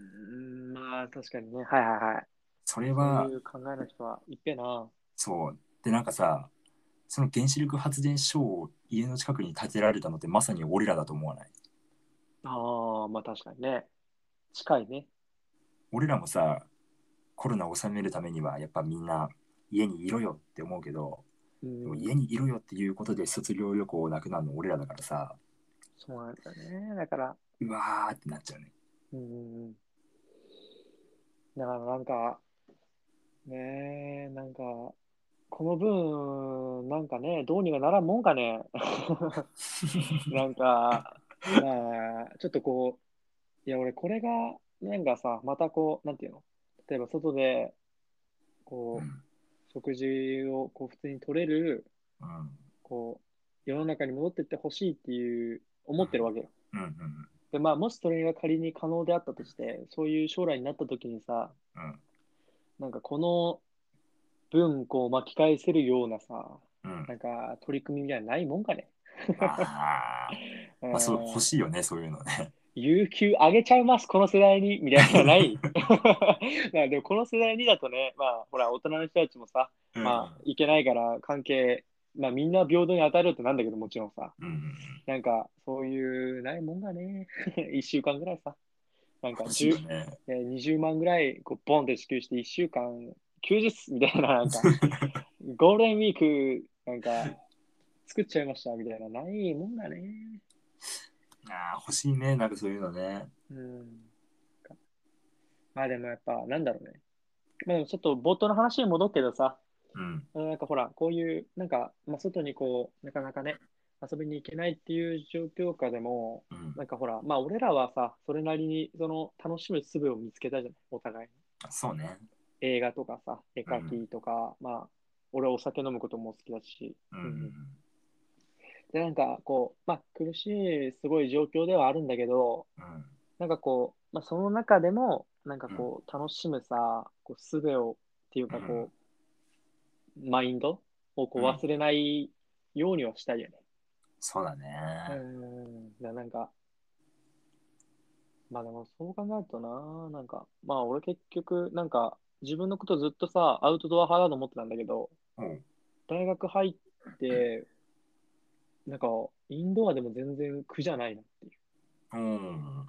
まあ確かにね。はいはいはい。 それそうは、 いう考えの人はいっぺえな。 そう。で、なんかさ、その原子力発電所を家の近くに建てられたのってまさに俺らだと思わない？ ああ、まあ確かにね。近いね。 俺らもさ、コロナを収めるためにはやっぱみんな家にいろよって思うけど、 うん、 でも家にいろよっていうことで卒業旅行なくなるの俺らだからさ、 そうなんだね。だから、 うわーってなっちゃうね。 うん、だからなんか、ねえ、なんか、この分、なんかね、どうにかならんもんかね。なんか、まあ、ちょっとこう、いや、俺、これが、なんかさ、またこう、なんていうの、例えば外で、こう、 うん食事をこう普通に取れる、 うんこう、世の中に戻っていってほしいっていう、思ってるわけよ。 うんうんで、まあ、もしそれが仮に可能であったとして、そういう将来になった時にさ、 うんなんかこの分、こう巻き返せるようなさ、 うん。 なんか取り組みみたいなのないもんかね。 ああ、 うまあそう欲ん、 しいよね、そういうのね。 有給あげちゃいます、この世代に、みたいなのないまあでもこの世代にだとね、まあほら、大人の人たちもさ、 うんうんまあいけないから関係、まあみんな平等に当たるってなんだけど、もちろんさ、 うんうん。 なんかそういう、ないもんがね、いっしゅうかんぐらいさ、なんか欲しいよじゅう、 ね。 えーにじゅうまんぐらいこうボンって支給していっしゅうかん休日みたいな、なんか、ゴールデンウィーク、なんか作っちゃいましたみたいな、ないもんがね。 ああ、欲しいね、なんかそういうのね。 うん。まあでもやっぱ、なんだろうね。まあでもちょっと冒頭の話に戻るけどさ、 うん。 なんかほら、こういう、なんか、まあ、外にこう、なかなかね、遊びに行けないっていう状況下でも、 うん。 なんかほら、まあ俺らはさ、それなりにその楽しむ術を見つけたじゃない、お互いに。 そうね。 映画とかさ、絵描うん。 きとか、まあ、俺はお酒飲むことも好きだし、 うんううんうん。 んで、なんかこう、まあ苦しい、すごい状況ではあるんだけど、 うん。 なんかこう、まあその中でも、なんかうん。 こう、楽しむさ、こう、術を、っていううん。 かこう、マインドをこううん。 忘れないようにはしたいよね。 そうだうーね。 ん。だなんか、まあでもそう考えるとな、なんか、まあ俺結局、なんか、自分のことずっとさ、アウトドア派だと思ってたんだけど、 うん。 大学入って、なんか、インドアでも全然苦じゃないなっていう。 うん。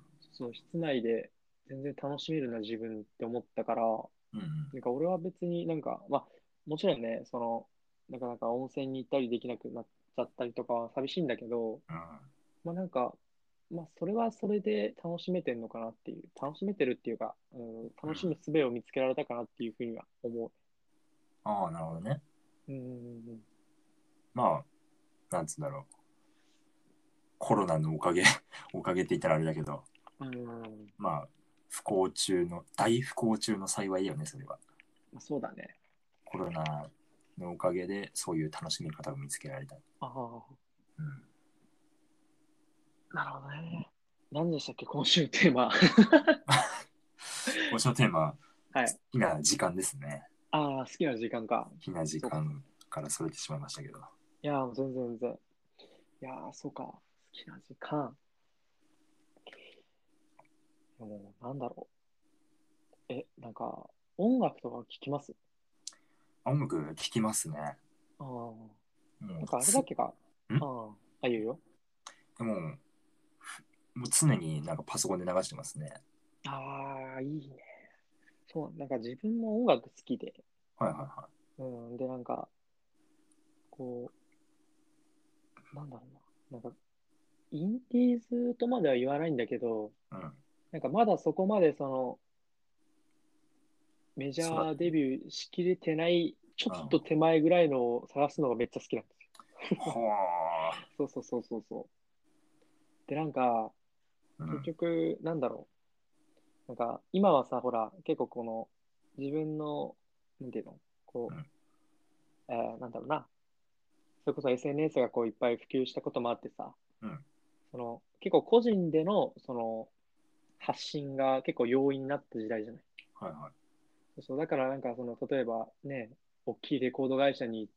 その室内で全然楽しめるな、自分って思ったから、 うん。 なんか俺は別になんか、まあ、もちろんね、その、なかなか温泉に行ったりできなくなっちゃったりとかは寂しいんだけど、 うん。 まあなんか、まあそれはそれで楽しめてるのかなっていう、楽しめてるっていうか、うん、楽しむ術を見つけられたかなっていうふうには思ああ、なるほどね。 う。うん、 まあ、なんつうんだろう。コロナのおかげ、おかげって言ったらあれだけど、 うん、うん、 まあ、不幸中の、大不幸中の幸いよね、それは。 まあ、そうだね。 コロナのおかげで、そういう楽しみ方を見つけられた。 ああ、 うん。 なるほどね。何でしたっけ、今週テーマ。 今週のテーマは、 はい。 好きな時間ですね。 ああ、好きな時間か。 好きな時そうか、そうか。 間からそれてしまいましたけど。 いやー、全然全然。いやー、そうか。好きな時間。でも、なんだろう。え、なんか、音楽とか聞きます？ 音楽聴きますね。 ああー、 もうなんかあれだつ、んっけか。ああ、あ、言うよ。 でも、もう常になんかパソコンで流してますね。 ああ、いいね。そう、なんか自分も音楽好きで。 はいはいはうん、で、なんか、こう、なんだろうな。なんか、インディーズとまでは言わないんだけど、 い。うん。 なんかまだそこまでその、メジそうだね。 ャーデビューしきれてない、ちょうん。 っと手前ぐらいのを探すのがめっちゃ好きなんですよ。 ほそうそうそうそうそう。で、なんか、 ー。うん。 結局、なんだろう。なんか、今はさ、ほら、結構この、自分の、なんていうの、こうん。 う、えーなんだろうな。それこそ エスエヌエス がこういっぱい普及したこともあってさ、 うん。 その、結構個人での、その、発信が結構容易になった時代じゃない。 はいはい。 そうそう、だからなんかその、例えばね、大きいレコード会社に行って、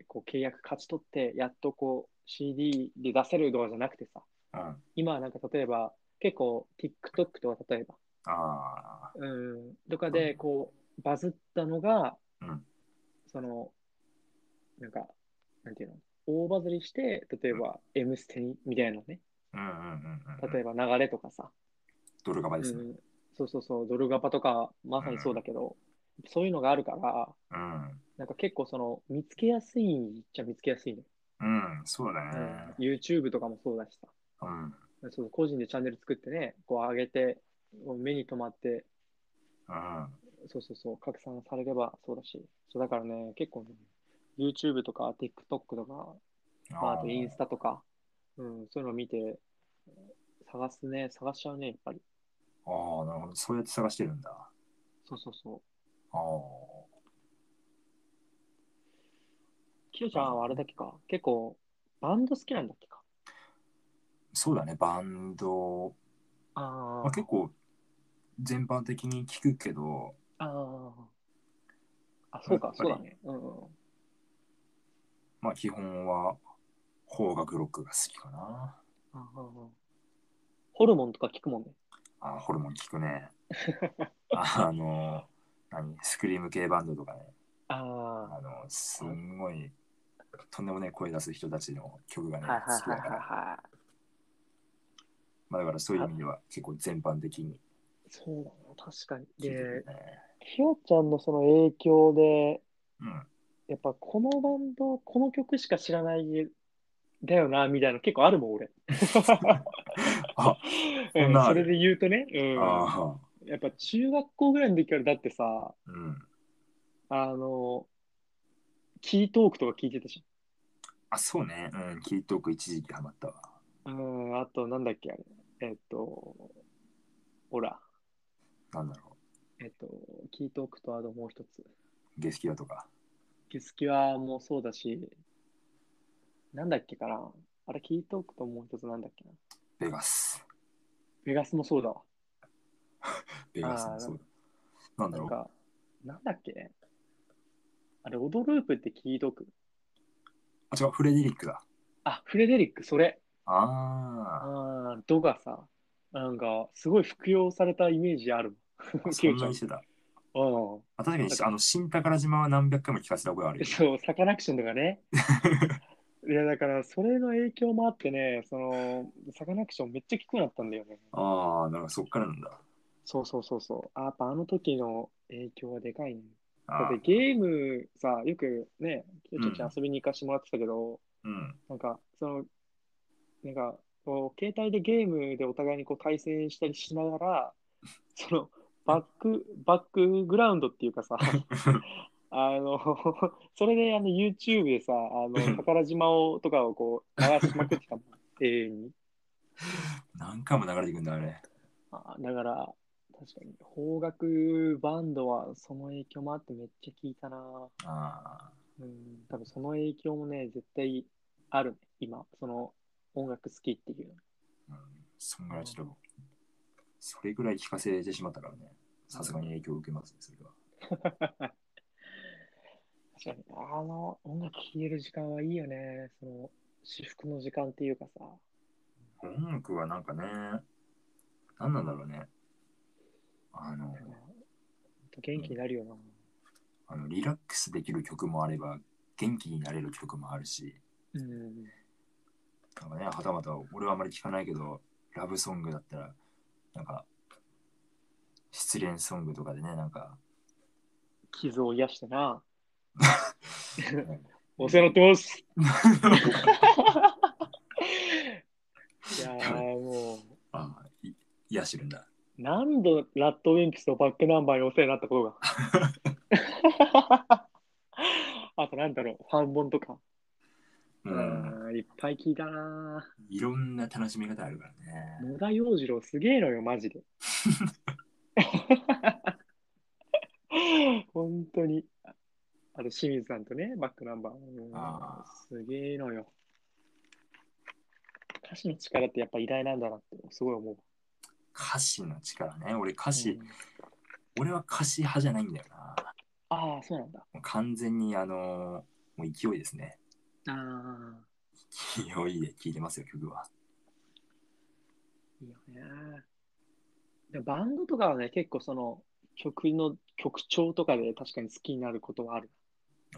こう契約勝ち取って、やっとこう シーディー で出せるとかじゃなくてさ、 うん。 今はなんか例えば、結構 TikTok とか例えば、 ああ。 うん、とかそうね。 でこう、バズったのが、 うん。 その、なんか、なんていうの、大バズりして、例えうん。 ば、M ステにみたいなね、 うんうんうんうんうん。 例えば流れとかさ、 ドルガバですね。 うん、そうそうそう、ドルガバとか、まさにそうだけど、 そういうのがあるから、 うん。 なんか結構その、見つけやすいっちゃ見つけやすいね。 うん、そうだうん。 ね。 YouTube とかもそうだしさ。 うん。 そう個人でチャンネル作ってね、こう上げて、目に留まって、 うん。 そうそうそう、拡散されればそうだし。そうだからね、結構ね、YouTube とか TikTok とか、まあ、あとインスあタとか、うん、そういうのを見て、探すね、探しちゃうね、やっぱり。 あ、ああ、なるほど。そうやって探してるんだ。 そうそうそう。 ああ、 キヨちゃんはあれなるほどね。 だっけか、結構、バンド好きなんだっけか。 そうだね、バンド、まあ、結あ構全般的に聞くけど、 あ、ああ、あ、そうか、 やっぱり、 そうだね。うん、うん。 まあ基本は邦楽ロックが好きかな。 ああ、ホルモンとか聞くもんね。 あ、ホルモン聞くね。あの、何、スクリーム系バンドとかね。 ああの、すあ、はいんごい、とんでもない声出す人たちの曲がね、 はいはいはい好きだから。 はい。 まあだからそういう意あ、 味では結構全般的にそうだな、確かに。 聞いてるで、 ね。 キヨちゃんのその影響で、 うん。 やっぱこのバンド、この曲しか知らないだよな、みたいなの結構あるもん、俺。 あ、そんうん、それなんある。 で言うとね、うあん。 あ、 やっぱ中学校ぐらいの時からだってさ、 うん。 あの、キートークとか聞いてたじあ、そうね。うん。聞いておく一時期ハマったわ。 ゃん。うん、あと、なんだっけ、あれ。えっと、ほら、 なんだろえっと、キートークとあともう一つ。 う。ゲスキュアとか。 キスキュアもそうだし、なんだっけかな。あれ、キートークともう一つなんだっけな。 ベガス。 ベガスもそうだわ。 ベガスもああ、 そうだ。なんだろう。 なんか、なんだっけあれ、オドループってキートーク。 あ、違う。フレデリックだ。 あ、フレデリック、それ。 あああ、ドがさ、なんか、すごい服用されたイメージあるーあ。 もん。キそヨちゃん。 んなにしてた。 うん。 あ、確かに、 なんか、 あの、新宝島は何百回も聞かせた覚えあるよ。 そう、サカナクションとかね。いや、だから、それの影響もあってね、その、サカナクションめっちゃ聞くようになったんだよね。 ああ、なんかそっからなんだ。 そうそうそうそう。あ、やっぱあの時の影響はでかいね。だってああ、 ゲームさ、よくね、キヨちゃんうん、 遊びに行かしてもらってたけど、 うん。 なんか、その、なんか、こう、携帯でゲームでお互いにこう対戦したりしながら、その、バック、バックグラウンドっていうかさ、あの、それであの YouTube でさ、あの、宝島をとかをこう流しまくってたもん、永遠に。 何回も流れてくんだ、あれ。 あ、だから、確かに、邦楽バンドはその影響もあってめっちゃ聞いたな。 ああ、 うん、多分その影響もね、絶対あるね、今、その音楽好きっていうの。 うん。そんぐうん、 らいちょっと、それぐらい聞かせてしまったからね。 うん、 さすがに影響を受けますね、それは。 確かに、あの音楽聴ける時間はいいよね。その、至福の時間っていうかさ。 音楽はなんかね、何なんだろうね。あの、 なんか元気になるよな。 あのリラックスできる曲もあれば、元気になれる曲もあるし、 うん。 なんかね、はたまた俺はあまり聞かないけど、ラブソングだったら、なんか、失恋ソングとかでね、なんか、 傷を癒してな。 ね、 お世話になってます。いややべ、 ーもあい癒してるんだ。 う、何度ラッドウィンプスとバックナンバーにお世話になったことが。あとなんだろう、ファンボンとか。 うん、 うん、いっぱい聞いたな。 いろんな楽しみ方あるからね。 野田洋次郎すげえのよ、マジで。本当に。あと清水さんとね、バックナンバー。もうああ、 すげえのよ。歌詞の力ってやっぱ偉大なんだなってすごい思歌詞の力ね。俺歌う。う詞、 ん、 俺は歌詞派じゃないんだよな。 ああ、そうなんだ。 もう完全にあのもう勢いですね。 ああ、 勢いで聴いてますよ、曲は。 いいよね。でバンドとかはね、結構その曲の曲調とかで確かに好きになることはある。 うん。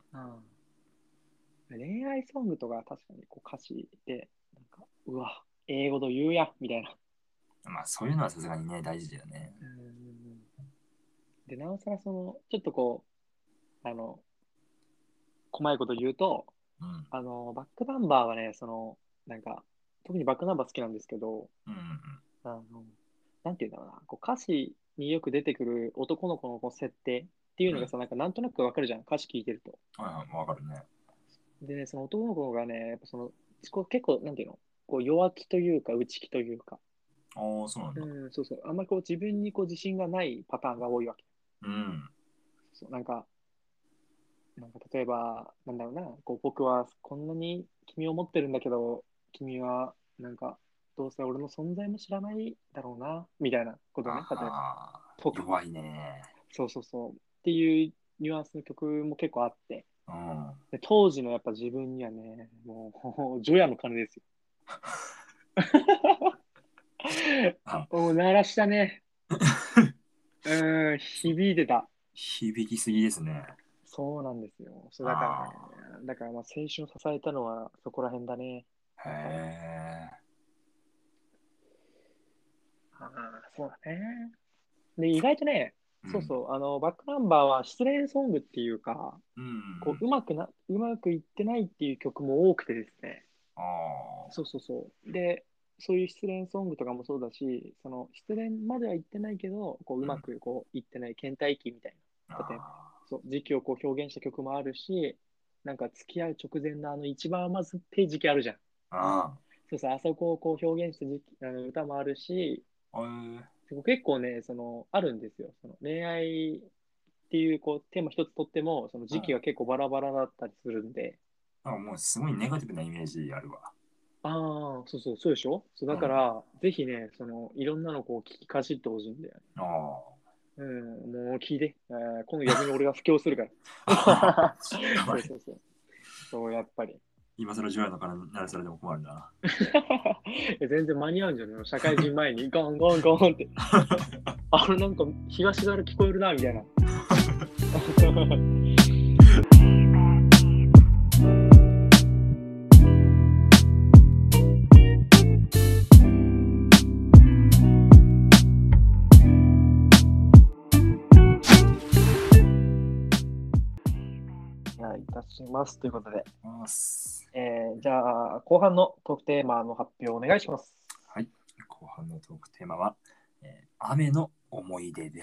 うん、恋愛ソングとかは確かにこう歌詞で、なんか、うわ、英語と言うや、みたいな。 まあそういうのはさすがにね、大事だよね。 うん、 で、なおさらその、ちょっとこう、あの、細いこと言うと、 うん。 あの、バックナンバーはね、その、なんか、特にバックナンバー好きなんですけど、 うん。うん。 あの、なんていうんだろうな、こう歌詞によく出てくる男の子のこう設定っていううん。 のがさ、なんかなんとなくわかるじゃん、歌詞聞いてると。 はいはい、わかるね。 でね、その男の子がね、やっぱその、こう結構、なんていうの、こう弱気というか、内気というか、 ああ、そうなんだ。 うん、そうそう、あんまりこう自分にこう自信がないパターンが多いわけ。 うん。 そうなんか、なんか例えば、なんだろうな、こう僕はこんなに君を持ってるんだけど、君はなんか、どうせ俺の存在も知らないだろうな、みたいなことをね、例えば、 ああ、 とか、 弱いね。 そうそうそう、っていうニュアンスの曲も結構あって、 うん。 で当時のやっぱ自分にはね、もう、除夜の鐘ですよ。 あ、 もう鳴らしたね。うん、響いてた。 響きすぎですね。 そうなんですよ。そうだからね、 あだからまあ青春を支えたのはそこら辺だね。 あ、へやっぱり。 え。 ああ、そうだね。で、意外とね、 うん。 そうそう、あの、バックナンバーは失恋ソングっていうか、 うん。 こう、うまくな、うまくいってないっていう曲も多くてですね。 ああ、 そうそうそう。で、そういう失恋ソングとかもそうだし、その、失恋までは行ってないけど、こう、ううん。 まくこう、いってない倦怠期みたいな。例えば、 あそう、時期をこう表現した曲もあるし、なんか付き合う直前のあの一番甘酸っぱい時期あるじゃん。 あ、 そうそう、あそこをこう表現した時期、あの歌もあるし、 ああ、え結構ね、その、あるんですよ。その恋愛っていうこうテーマ一つとっても、そのえ、うん。 時期が結構バラバラだったりするんで、 なんかもうすごいネガティブなイメージあるわ。 ああ、そうそう、そうでしょそううん。 だから、ぜひね、その、いろんなのこう聞きかじってほしいんだよね。 あうん、もう聞いて。えー今度逆に俺が布教するかあ。 ら。 やばい。 そうそうそう。そう、やっぱり。 今更ジョヤのからならされても困るな。 全然間に合うんじゃないの社会人前にゴンゴンゴンって。あの、なんか東から聞こえるな、みたいな。いや、いたします。ということで、 ます。 えーじゃあ、後半のトークテーマの発表お願いします。 はい。後半のトークテーマは、えー雨の思い出です。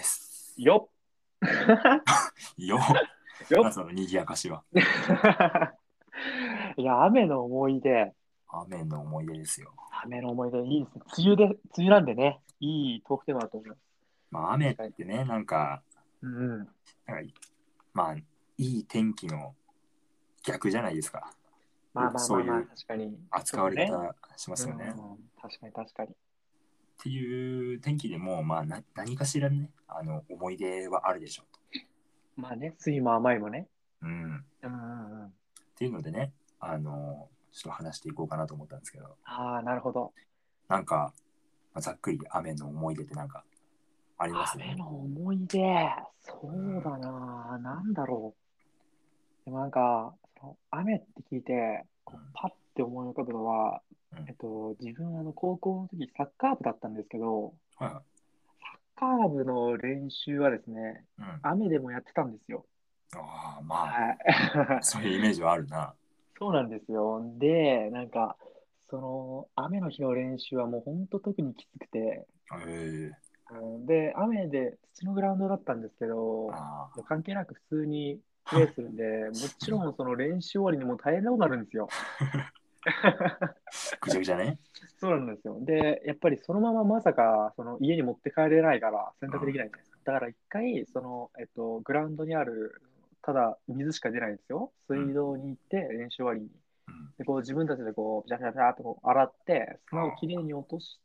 よっよよっなその賑やかしは。 いや、雨の思い出。 雨の思い出ですよ。 雨の思い出、いいですね。梅雨で、梅雨なんでね、いいトークテーマだと思います。 まあ雨っ確かに。 てね、なんか、 うん。 なんかまあ、いい天気の逆じゃないですか。よまあくまあまあまあ、 そういう確かに。 扱われちょっとね。 方しまうん。 すよね。っ確かに確かに。 ていう天気でも、まあ、な何かしらね、あの思い出はあるでしょまあね、酸いも甘いもね。 うと。うん。っうんうんうん。 ていうのでね、あの、ちょっと話していこうかなと思ったんですけど、 ああ、なるほど。 なんか、まあざっくり雨の思い出ってなんかあります？ 雨の思い出。そうだな。なんだろう。でもなんか、その雨って聞いて、こうパッて思い浮かぶのは、 うん。うん。 えっと、自分、あの、高校の時サッカー部だったんですけど、 はいはサッカー部の練習はですね、 い。うん。 雨でもやってたんですよ。 ああ、まあ、 はい。 そういうイメージはあるな。 そうなんですよ。で、なんか、その、雨の日の練習はもう本当特にきつくて、 ええ、 うんで、雨で土のグラウンドだったんですけど、もあう関係なく普通にプレーあ。 するんで、もちろんその練習終わりにもう大変なことになるんですよ。 ぐちゃぐちゃね。 そうなんですよ。で、やっぱりそのまままさかその家に持って帰れないから洗うん。 濯できないじゃないですか。だから一回、その、えっと、グラウンドにある、ただ水しか出ないんですよ。 うん。 水道に行って練習終わりに。 うん。 で、こう自分たちでこう、ジャジャジャーっとこう洗って、砂をきれいあに落として、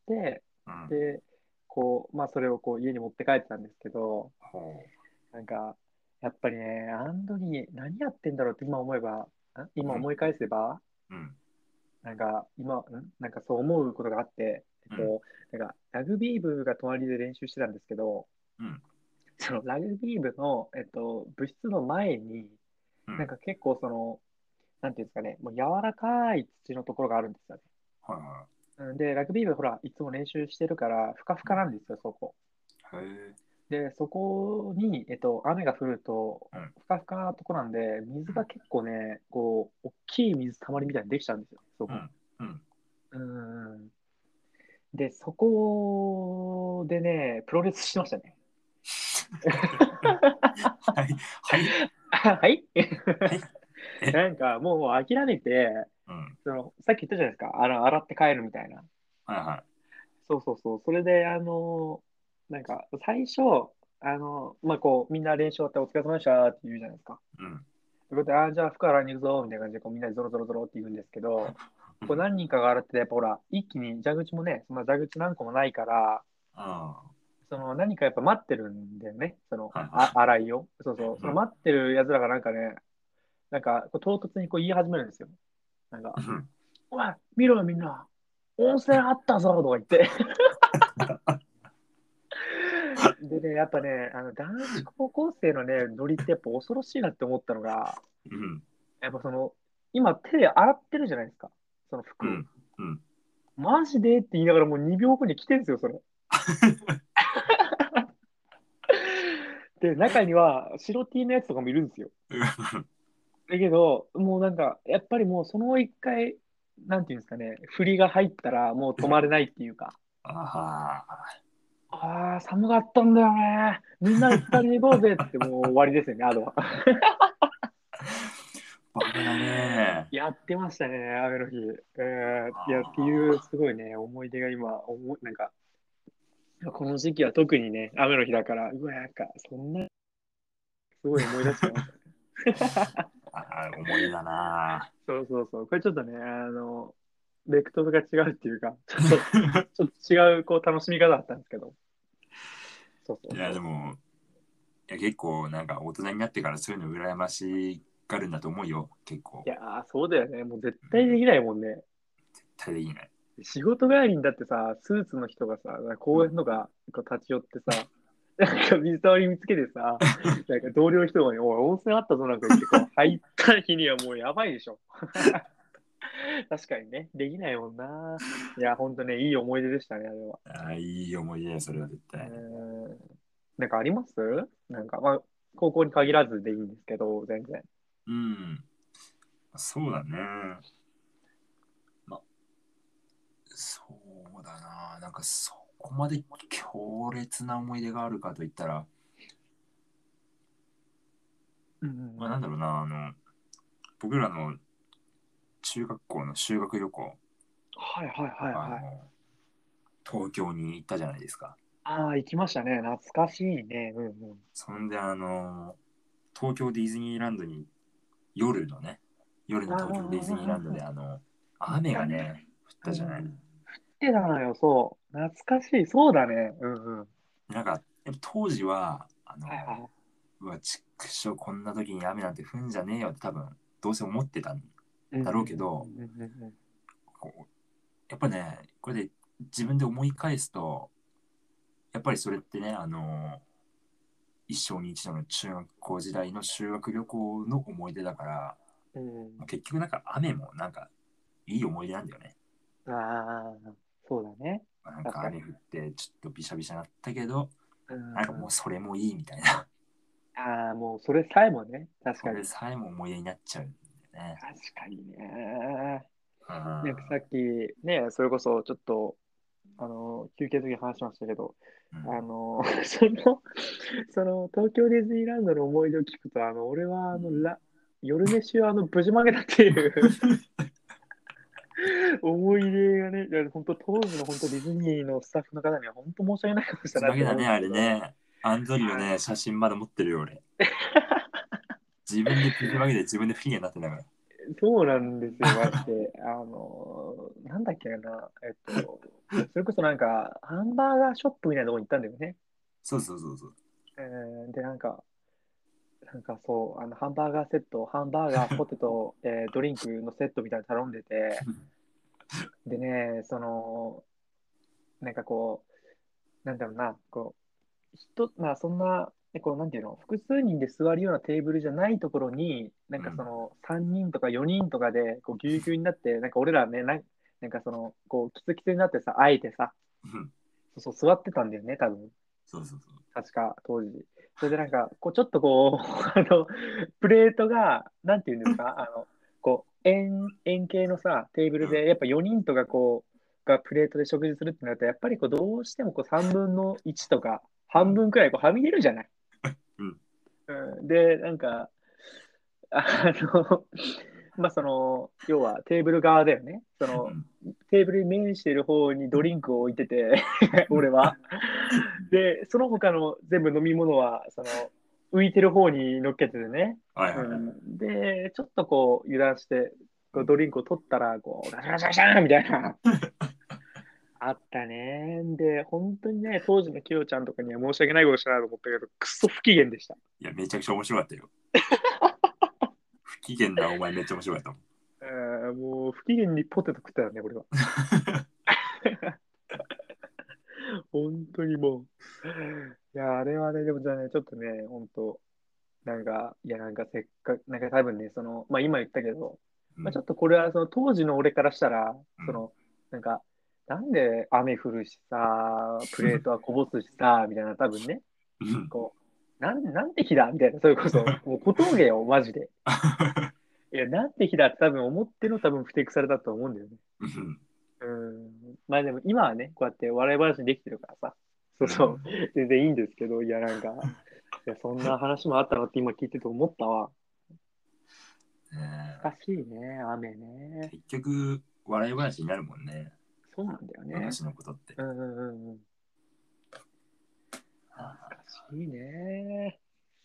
あ。うん。 で、こう、まあそれをこう家に持って帰ってたんですけど、 ほなんか、やっぱりね、あの時何やってんだろうって今思えば、あう。うん。 今思い返せば、 うん。 なんか今、んなんかそう思うことがあって、えっうん。 と、なんかラグビー部が隣で練習してたんですけど、 うん。 そのラグビー部の、えっと、部室の前に、 うん。 なんか結構その、なんていうんですかね、もう柔らかい土のところがあるんですよね。 はいはうんで、ラグビー部ほら、いつも練習してるから、ふかふい。うん。 かなんですよ、そこ。 へえ。 で、そこに、えっと、雨が降ると、 うん。 ふかふかなとこなんで、水が結構ね、こう、大きい水たまりみたいにできちゃうんですよ、そこ。 うん。うん。 うん。で、そこでね、プロレスしましたね。 はい。はい。 はい。 はい。え。 なんかもう諦めて、 うん。 その、さっき言ったじゃないですか、あの、洗って帰るみたいな。 はいはそうそうそう。それで、あの、なんか、最初、あの、まあ、こう、みんな練習終わってお疲れ様でしたって言うじゃないですか。 い。うん。 ということで、あ、じゃあ、服洗いに行くぞ、みたいな感じで、こうみんなでゾロゾロゾロって言うんですけど、こううん。 何人かが洗ってて、やっぱほら、一気に蛇口もね、そんな蛇口何個もないから、 あその何かやっぱ待ってるんだよね、その、 あ。はいあ、 は洗いを。そうそう、 い。うん。 その待ってる奴らがなんかね、なんか、こう唐突にこう言い始めるんですよ。なんか、 うん。 おい、見ろよみんな、温泉あったぞとか言って。でね、やっぱね、あの男子高校生のね、ノリってやっぱ恐ろしいなって思ったのが、 うん。 やっぱその、今手で洗ってるじゃないですか、その服を。 うん。うん。 マジでって言いながらもうにびょうごに来てるんですよ、それ。で、中には白 T のやつとかもいるんですよ。だけど、もうなんか、やっぱりもうその一回、なんていうんですかね、振りが入ったらもう止まれないっていうか、 ああ。 ああ、寒かったんだよね。みんなで二人で行こうぜってもう終わりですよね、あとは。 バカだね。 やってましたね、雨の日。えー、いや、っていう、 あすごいね、思い出が今、思い、なんか、この時期は特にね、雨の日だから、うわ、なんか、そんな、すごい思い出しちゃいましたね。 あ。ああ、思い出だな。 そうそうそう。これちょっとね、あの、ベクトルが違うっていうか、ちょっと、ちょっと違う、こう、楽しみ方だったんですけど。そうそういや、でそも、いや結構なんか大人になってからそういうの羨ましがるんだと思うよ、結構。 う。いやー、そうだよね。もう絶うん。 対できないもんね。 絶対できない。 仕事帰りにだってさ、スーツの人がさ、公園とかこう立ち寄ってさ、なんか水たまり見つけてさ、なんか同僚の人がね、おい、温泉あったぞなんか言って、こう入った日にはもうやばいでしょ。確かにね、できないもんな。いや、ほんとね、いい思い出でしたね、あれは。 ああ、いい思い出だよ、それは絶うー対。 ん。なんかありますなんか、まあ、高校に限らずでいいんですけど、全然。 うん。そうだね。まあ、そうだな。なんかそこまで強烈な思い出があるかといったら、 うんうんうん。 まあなんだろうな、あの、僕らの中学校の修学旅行、 はいはいはいはい。 あの、東京に行ったじゃないですか。 ああ、行きましたね。懐かしいね。うんうん。 そんで、あの、東京ディズニーランドに夜のね、夜のあ東京ディズニーランドあ、 で、あの、 行っ雨たね。 がね、降ったじゃない。 うん。てたのよ、そう。懐かしい。そうだね。うんうん。 なんか、やっぱ当時は、あの、 はいはうわ、ちくしょう、こんな時に雨なんて降んじゃねえよって多分、どうせ思ってたんい。うんだうんうんろうけど、 うんうんうん。 こうやっぱね、これで自分で思い返すと、やっぱりそれってね、あの、一生に一度の中学校時代の修学旅行の思い出だから、 うん。 結局なんか雨もなんかいい思い出なんだよね。 ああ、そうだね。 なん確かに。 か雨降ってちょっとびしゃびしゃなったけど、 うなんかもうん。 それもいいみたいな。 ああ、もうそれさえもね。確そかに。 れさえも思い出になっちゃうんだよね。 確かにね。 うん。 なんかさっきね、それこそちょっと、あの、休憩の時に話しましたけど、 うん。 あの、その、その、東京ディズニーランドの思い出を聞くと、あの、俺は、あの、ラ、夜飯は、あの、ぶちまけたっていう思い出がね、いや本当当時の本当ディズニーのスタッフの方には本当申し訳ないことしたつなってだけだね、あ思うんですけど、 れね。アンドリのはい。 ね、写真まだ持ってるよ、俺。自分でプチバゲで自分でフィギュアになってたから。 そうなんですよ、マジで。あの、なんだっけな、えっと、それこそなんか、ハンバーガーショップみたいなところに行ったんだよね。 そうそうそうそう。 えーで、なんか、なんかそう、あの、ハンバーガーセット、ハンバーガー、ポテト、えードリンクのセットみたいなの頼んでて、でね、その、なんかこう、なんだろうな、こう、人、まあそんな、ねこう、なんていうの、複数人で座るようなテーブルじゃないところに、なんうん。 かその、さんにんとかよにんとかで、こう、ぎゅうぎゅうになって、なんか俺らね、なん、なんかその、こう、キツキツになってさ、あえてさ、 うん。 そうそう、座ってたんだよね、多分。 そうそうそう。 確か、当時。それでなんか、こう、ちょっとこう、あの、プレートが、なんていうんですか、あの、こう、円、円形のさ、テーブルうん。 で、やっぱよにんとかこう、がプレートで食事するってなると、やっぱりこう、どうしてもこう、さんぶんのいちとか、半うん。 分くらいこう、はみ出るじゃない。 うん。 うん、で、なんか、あの、まあ、その、要はテーブル側だよね。その、 うん。 テーブルに面している方にドリンクを置いてて、俺は。で、その他の全部飲み物は、その、浮いてる方に乗っけててね。 はいはいはい。 うん、で、ちょっとこう、油断して、 うん。 こうドリンクを取ったら、こう、ガシャガシャガシャーみたいな。あったね。で、本当にね、当時のキヨちゃんとかには申し訳ないことしたなと思ったけど、くっそ不機嫌でした。 いや、めちゃくちゃ面白かったよ。不機嫌なお前めっちゃ面白かったもん。 えーもう不機嫌にポテト食ったよね、俺は。本当にもう。いや、あれはね、でもじゃあね、ちょっとね、本当なんか、いや、なんかせっかく、なんか多分ね、その、まあ今言ったけど、まあちょうん。 っとこれはその当時の俺からしたら、 うん。 その、なんか、なんで雨降るしさ、プレートはこぼすしさ、みたいな多分ね、 うん。 こう、なん、なんて日だみたいな、それこそ、もう小峠よ、マジで。いや、なんて日だって多分思っての多分不適されたと思うんだよね。 うん。 うん。まあでも今はね、こうやって笑い話にできてるからさ、そうそう、 うん。 全然いいんですけど、いや、なんか、いや、そんな話もあったのって今聞いてて思ったわ。 ね難しいね、雨ね。 え、結局、笑い話になるもんね。 そうなんだよね。 昔のことって。 うんうんうんうん。難しいね。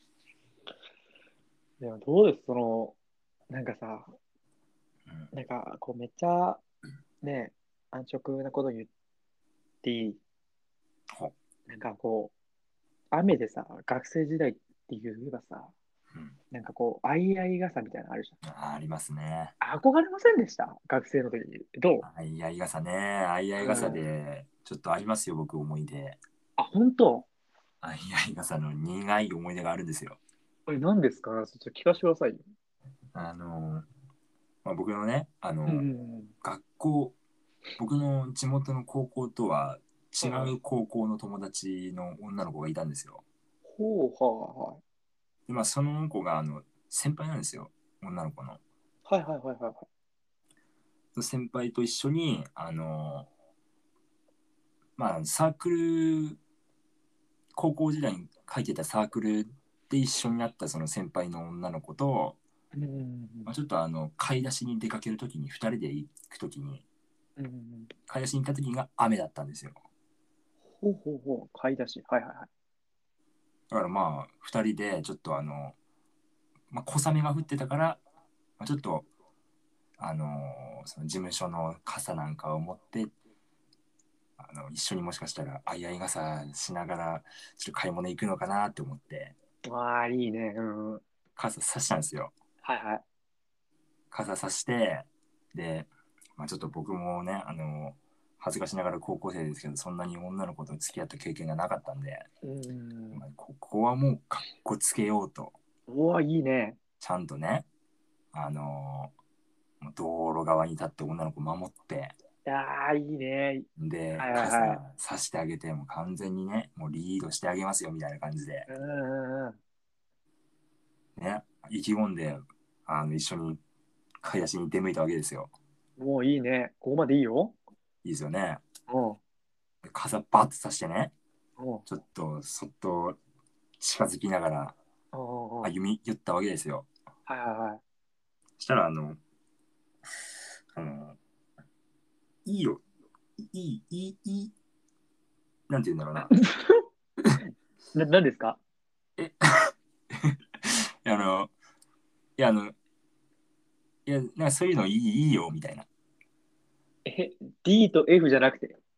でもどうですその、なんかさ、 うん。 なんかこうめっちゃね、安直なこと言っていい。 ほ。 なんかこう、雨でさ、学生時代って言えばさ、 うん。 なんかこう、相合い傘みたいなのあるじあ、ありますね。 ゃん。憧れませんでした学生の時に。どうあいあい傘ね。あいあいう傘ん。 で、ちょっとありますよ、僕思い出。 あ、本当あいあい傘の苦い思い出があるんですよ。 これ何ですかちょっと聞かせてくださいよ。 あの、まあ、僕のね、あうんうの、 んうん。 学校、僕の地元の高校とは違はいはい。 う高校の友達の女の子がいたんですよ。 ほう、はいはい。 で、まあ、その子があの先輩なんですよ、女の子の。 はいはいはいはい。 先輩と一緒に、あの、まあ、サークル、高校時代に書いてたサークルで一緒になったその先輩の女の子と、 うんうんまあ、ちょっとあの買い出しに出かけるときにふたりで行くときに、 うん。うんうん。 買い出しに行ったときが雨だったんですよ。 ほうほうほう。買い出し。はいはいはい。 だからまあふたりでちょっとあの、まあ、小雨が降ってたから、まあ、ちょっとあのその事務所の傘なんかを持ってあの一緒にもしかしたら相合い傘しながらちょっと買い物行くのかなって思ってああ、いいね。うんうん。 傘さしたんですよ。 はいはい。 傘さしてで、まあ、ちょっと僕もねあの恥ずかしながら高校生ですけどそんなに女の子と付き合った経験がなかったんで、 うんうんうん。 まあ、ここはもうかっこつけようとうわ、いいね。 ちゃんとねあの道路側に立って女の子守っていやー、いいね。 ではいはいはい。 傘さしてあげてもう完全にねもうリードしてあげますよみたいな感じでうんうんうん。 ね意気込んであの一緒に買い出しに出向いたわけですよ。 もういいね。ここまでいいよ。 いいですよね。 うん。 で傘バッとさしてねうん。 ちょっとそっと近づきながらうんうん。 歩み寄ったわけですよ。 はいはいはい。 そしたらあのあのいいよいいいいいいなんて言うんだろうなな、何ですかえあのいやあのいやなんかそういうのいいいいよみたいなえ、D と F じゃなくて。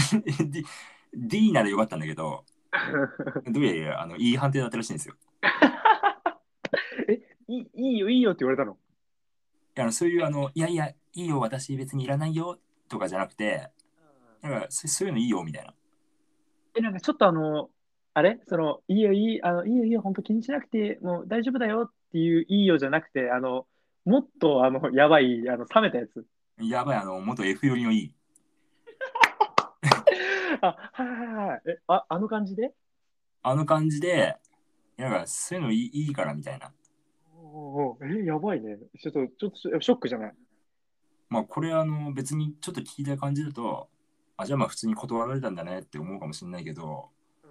D, D ならよかったんだけどどうやらあのいい判定だったらしいんですよ。 え、いい、いいよ、いいよって言われたのあのそういうあのいやいやいいよ私別にいらないよとかじゃなくてなんかそそういうのいいよみたいな。 え、なんかちょっとあの、あれその、いいよ、いい、あの、いいよ、いいよ、本当気にしなくて、もう大丈夫だよっていういいよじゃなくて、あの、もっと、あの、やばい、あの、冷めたやつ。 やばいあの元 F 寄りのいいあ、はいはいはいはい。え、あ、あの感じであの感じで、なんかそういうのいい、いいからみたいな。 おーえ、やばいね。ちょっと、ちょっとショックじゃない？ まあこれあの別にちょっと聞いた感じだと、あ、じゃあまあ普通に断られたんだねって思うかもしれないけど、 うん、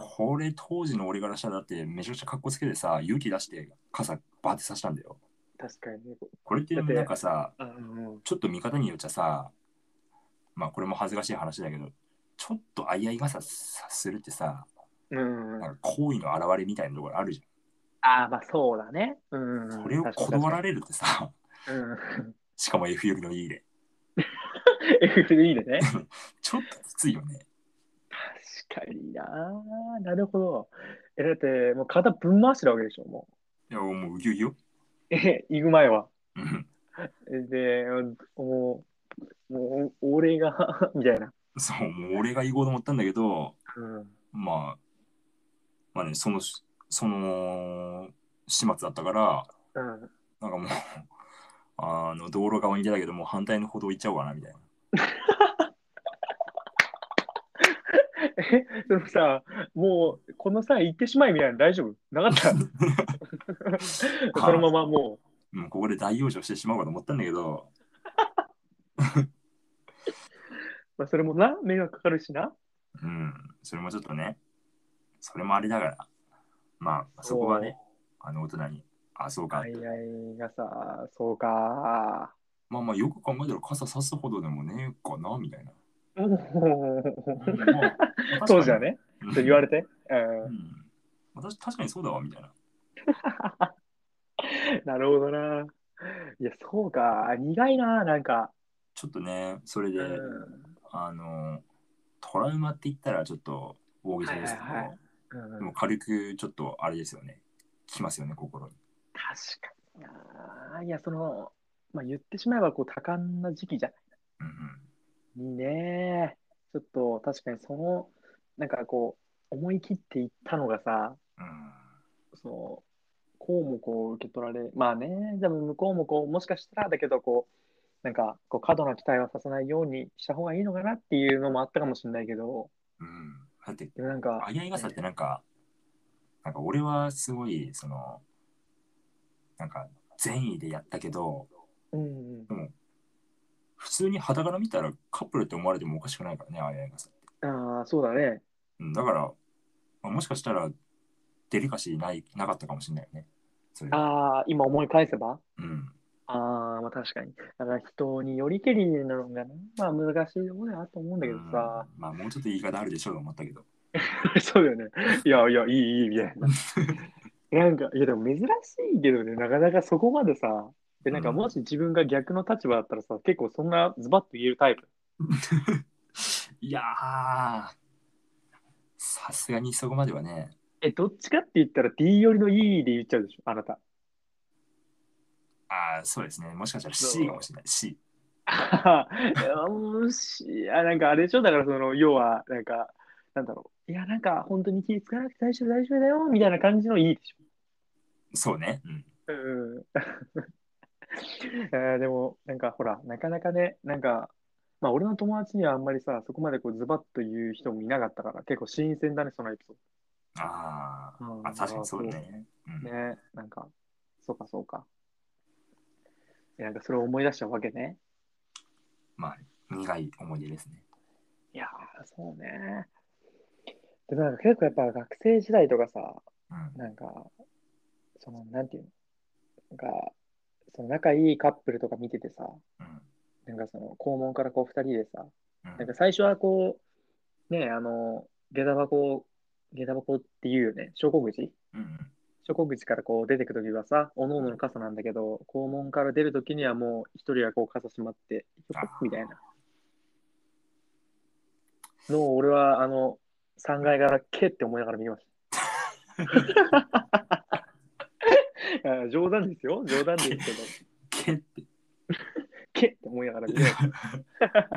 これ当時の俺からしたらだってめちゃくちゃかっこつけてさ、勇気出して傘バーって刺したんだよ。 確かにね。 これってなんだって、 かさ、 あの、 ちょっと見方によっちゃさ、まあこれも恥ずかしい話だけど、ちょっと相合い傘さするってさ、 うん、うん。 なんか行為の表れみたいなところあるじゃん。 ああ、まあそうだね。うん、うん、 それを確かに確かに。 断られるってさ、 うん。 しかも F よりの E で。 エフディー でね。 ちょっときついよね。 確かにな。なるほど。え、だって、もう肩ぶん回してるわけでしょ、もいや、もううぎゅうぎゅうよ。 う。え、行く前は。 うん。 で、もう、もう、俺がみたいな。 そう、もう俺が行こうと思ったんだけど、 うん。 まあ、まあね、その、その、始末だったから、 うん。 なんかもう、あの、道路側に出たけど、もう反対の歩道行っちゃおうかな、みたいな。 え、そのさ、もう、この際行ってしまいみたいなの大丈夫なかった？そのまあ、 ままももうここで大養生してしまおうかと思ったんだけど、 う、まあ、それもな、迷惑かかるしな。 うん、それもちょっとね、それもあれだから、まあ、そこはね、 そう。 あの、大人に、あ、そうかって。 あいあいがさ、そうか。 まあまあ、よく考えたら傘さすほどでもねえかな、みたいな。 おーうん、まあ、まあ、確かに、 当時はね、 うん、 そう言われて。うん、 うん、私確かにそうだわ、みたいな。 なるほどな。いや、そうか。苦いな、なんか。 ちょっとね、それうで、 ん。 あの、トラウマって言ったらちょっと大げさはいですけど、 はいはい。うん、 でも軽くちょっとあれですよね。きますよね、心に。 確かにな。いや、その、まあ、言ってしまえば、こう、多感な時期じゃうんうん。 にね、ちょっと、確かにその、なんかこう、思い切っていったのがさ、 うん、 その、こうもこう受け取られ、まあね、でも向こうもこう、もしかしたらだけど、こう、なんか、こう、過度な期待はさせないようにした方がいいのかなっていうのもあったかもしれないけど、 うん。だって、 でもなんか、 相合い傘ってね、 なんか、なんか俺はすごい、その、なんか善意でやったけど、 うんうん。 でも普通に肌から見たらカップルって思われてもおかしくないからね、相合い傘って。 ああ、そうだね。 うん、だから、まあ、もしかしたらデリカシーない、なかったかもしれないよね。それは。 ああ、今思い返せばうん。 ああ、まあ確かに。だから人によりけりなのがね、まあ難しいところだなと思うんだけどうん。 さ。 まあもうちょっと言い方あるでしょうと思ったけど。 そうだよね。いやいや、いい、いい、みたいな。なんか、いやでも珍しいけどね、なかなかそこまでさ、で、なんかもうん。 し自分が逆の立場だったらさ、結構そんなズバッと言えるタイプ。 いやー、さすがにそこまではね。 え、どっちかって言ったら D よりの E で言っちゃうでしょ、あなた。 ああ、そうですね。もしかしたらそ C かもしう。 れない。C。 あはもし、あ、なんかあれでしょだからその、要は、なんか、なんだろう。いや、なんか、本当に気付かなくて大丈夫、大丈夫だよ、みたいな感じのいいでしそうね。うん。 ょ。うん。えーでも、なんかほら、なかなかね、なんか、まあ俺の友達にはあんまりさ、そこまでこうズバッと言う人もいなかったから、結構新鮮だね、そのエピソーあド。 ーあ、 うん、だ確かにからそそうだね。うう、 ん。 ね、なんか、そうかそうか。えなんかそれを思い出しちゃうわけね。 まあ、苦い思い出ですね。 いやー、そうね。でもなんか結構やっぱ学生時代とかさ、 うん。 なんか、その、なんていうの、なんか、その仲いいカップルとか見ててさ、 うん。 なんかその校門からこう二人でさ、 うん。 なんか最初はこう、ね、あの、下駄箱、下駄箱っていうよね、昇降口うん。 昇降口からこう出てくときはさ、おのおのの傘なんだけど、校門から出るときにはもう一人はこう傘しまって、ひょこっみたいあなのを俺はあの、さんがいからけって思いながら見ました。あ冗談ですよ、冗談ですけど、 けって。 けって思いながら見てました。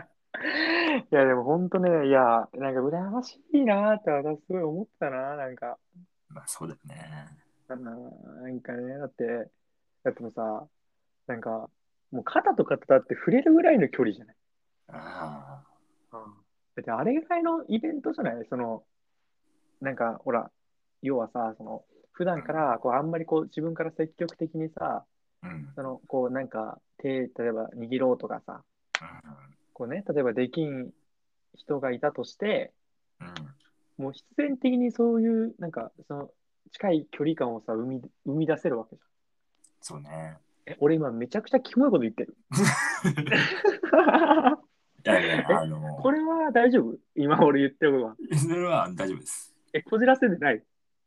いや、でも本当ね、いや、なんか羨ましいなーって私すごい思ったな、なんか。 まあ、そうだよね。 あのなんかね、だって、だってもさ、なんか、もう肩と肩だって触れるぐらいの距離じゃない。 あうん。だってあれぐらいのイベントじゃないその、なんか、ほら、 要はさ、その、普段からこうあんまりこう自分から積極的にさ、 うん。 その、こうなんか手、例えば握ろうとかさ、こうね、例えばできん人がいたとして、 うん。うん。 もう必然的にそういう、なんか、その、近い距離感をさ、生み、生み出せるわけじそうね。 ゃん。え、俺今めちゃくちゃキモいこと言ってる。 いやね、 え、 あのこれは大丈夫今俺言ってることは。 ー、それは大丈夫です。 え、こじらせてない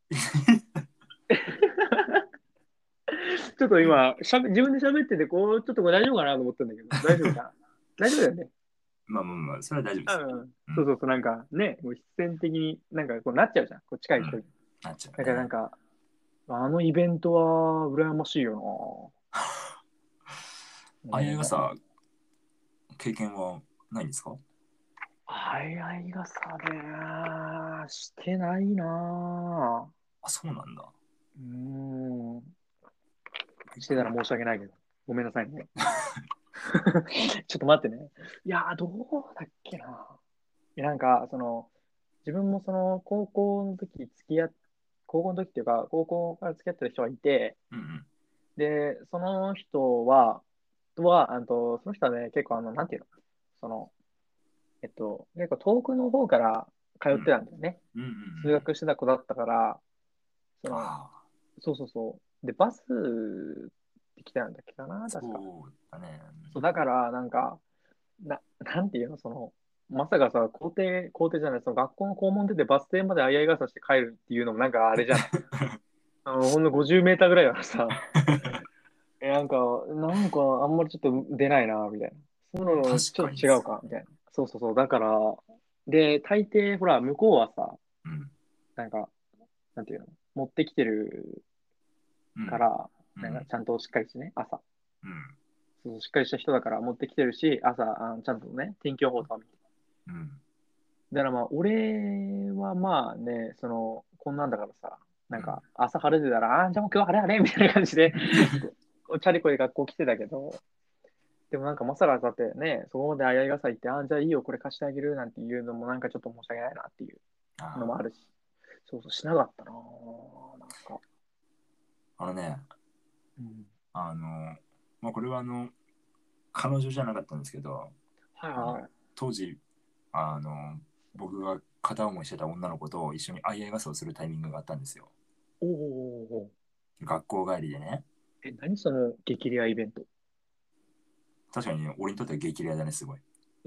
ちょっと今、しゃべ自分で喋ってて、こう、ちょっとこれ大丈夫かなと思ったんだけど、大丈夫か大丈夫だよね。 まあまあまあ、それは大丈夫ですよ。 うん。 うん。 そうそうそう、なんかね、もう必然的になんかこうなっちゃうじゃん。こう近うん。 い距離。 なっちゃうだからなんね。 か、あのイベントは羨ましいよな。 あやうん。 がさ、経験はないんですか？ あいあい傘でしてないなあ、そうなんだ。 ぁ。うーん。してたら僕、 申し訳ないけど。ごめんなさいね。ちょっと待ってね。いやー、どうだっけな。いやなんか、その、自分もその、高校の時付き合っ、高校の時っていうか、高校から付き合ってる人がいて、 うんうん。 で、その人は、とは、あと、その人はね、結構あの、なんていうの、その、えっと、結構遠くの方から通ってうん。 たんだよね。 うんうんうん。 通学してた子だったから、その、 ああ、 そうそうそう。で、バスって来たんだっけかな、確か。 そうだね。 そう、だから、なんか、な、なんていうの、その、まさかさ、校庭、校庭じゃない、その学校の校門出てバス停まで相合い傘して帰るっていうのもなんかあれじゃない。あの、ほんのごじゅうメーターぐらいだからさ、え、なんか、なんかあんまりちょっと出ないな、みたいな。そういうの確ちょかにそっと違うか、みたいな。そうそうそう。だから、で、大抵、ほら、向こうはさ、 う。うん。 なんか、なんていうの、持ってきてるうん。 から、なんかうん。 ちゃんとしっかりしてね、朝。 うん。 そう、しっかりした人だから持ってきてるし、朝、あちゃんとね、天気予報とか見て。 うん。 だからまあ、俺はまあね、その、こんなんだからさ、なんか、 うん。 朝晴れてたら、あー、じゃあもう今日晴れ晴れみたいな感じで、こうチャリコで学校来てたけど、でもなんかまさかだってね、そこまであいあい傘言って、あー、じゃあいいよ、これ貸してあげるなんていうのもなんかちょっと申し訳ないなっていうのもああるし、そうそう、しなかったなぁ、なんか。 あ、あのね、 うん、 あの、まあ、これはあの、彼女じゃなかったんですけど、あの、 はいはい。 当時、あの、僕が片思いしてた女の子と一緒に相合い傘をするタイミングがあったんですよ。 おーおーおーおー学校帰りでね。 え、何その激レアイベント。 確かにね、俺にとっては激レアだね、すごい。 うん、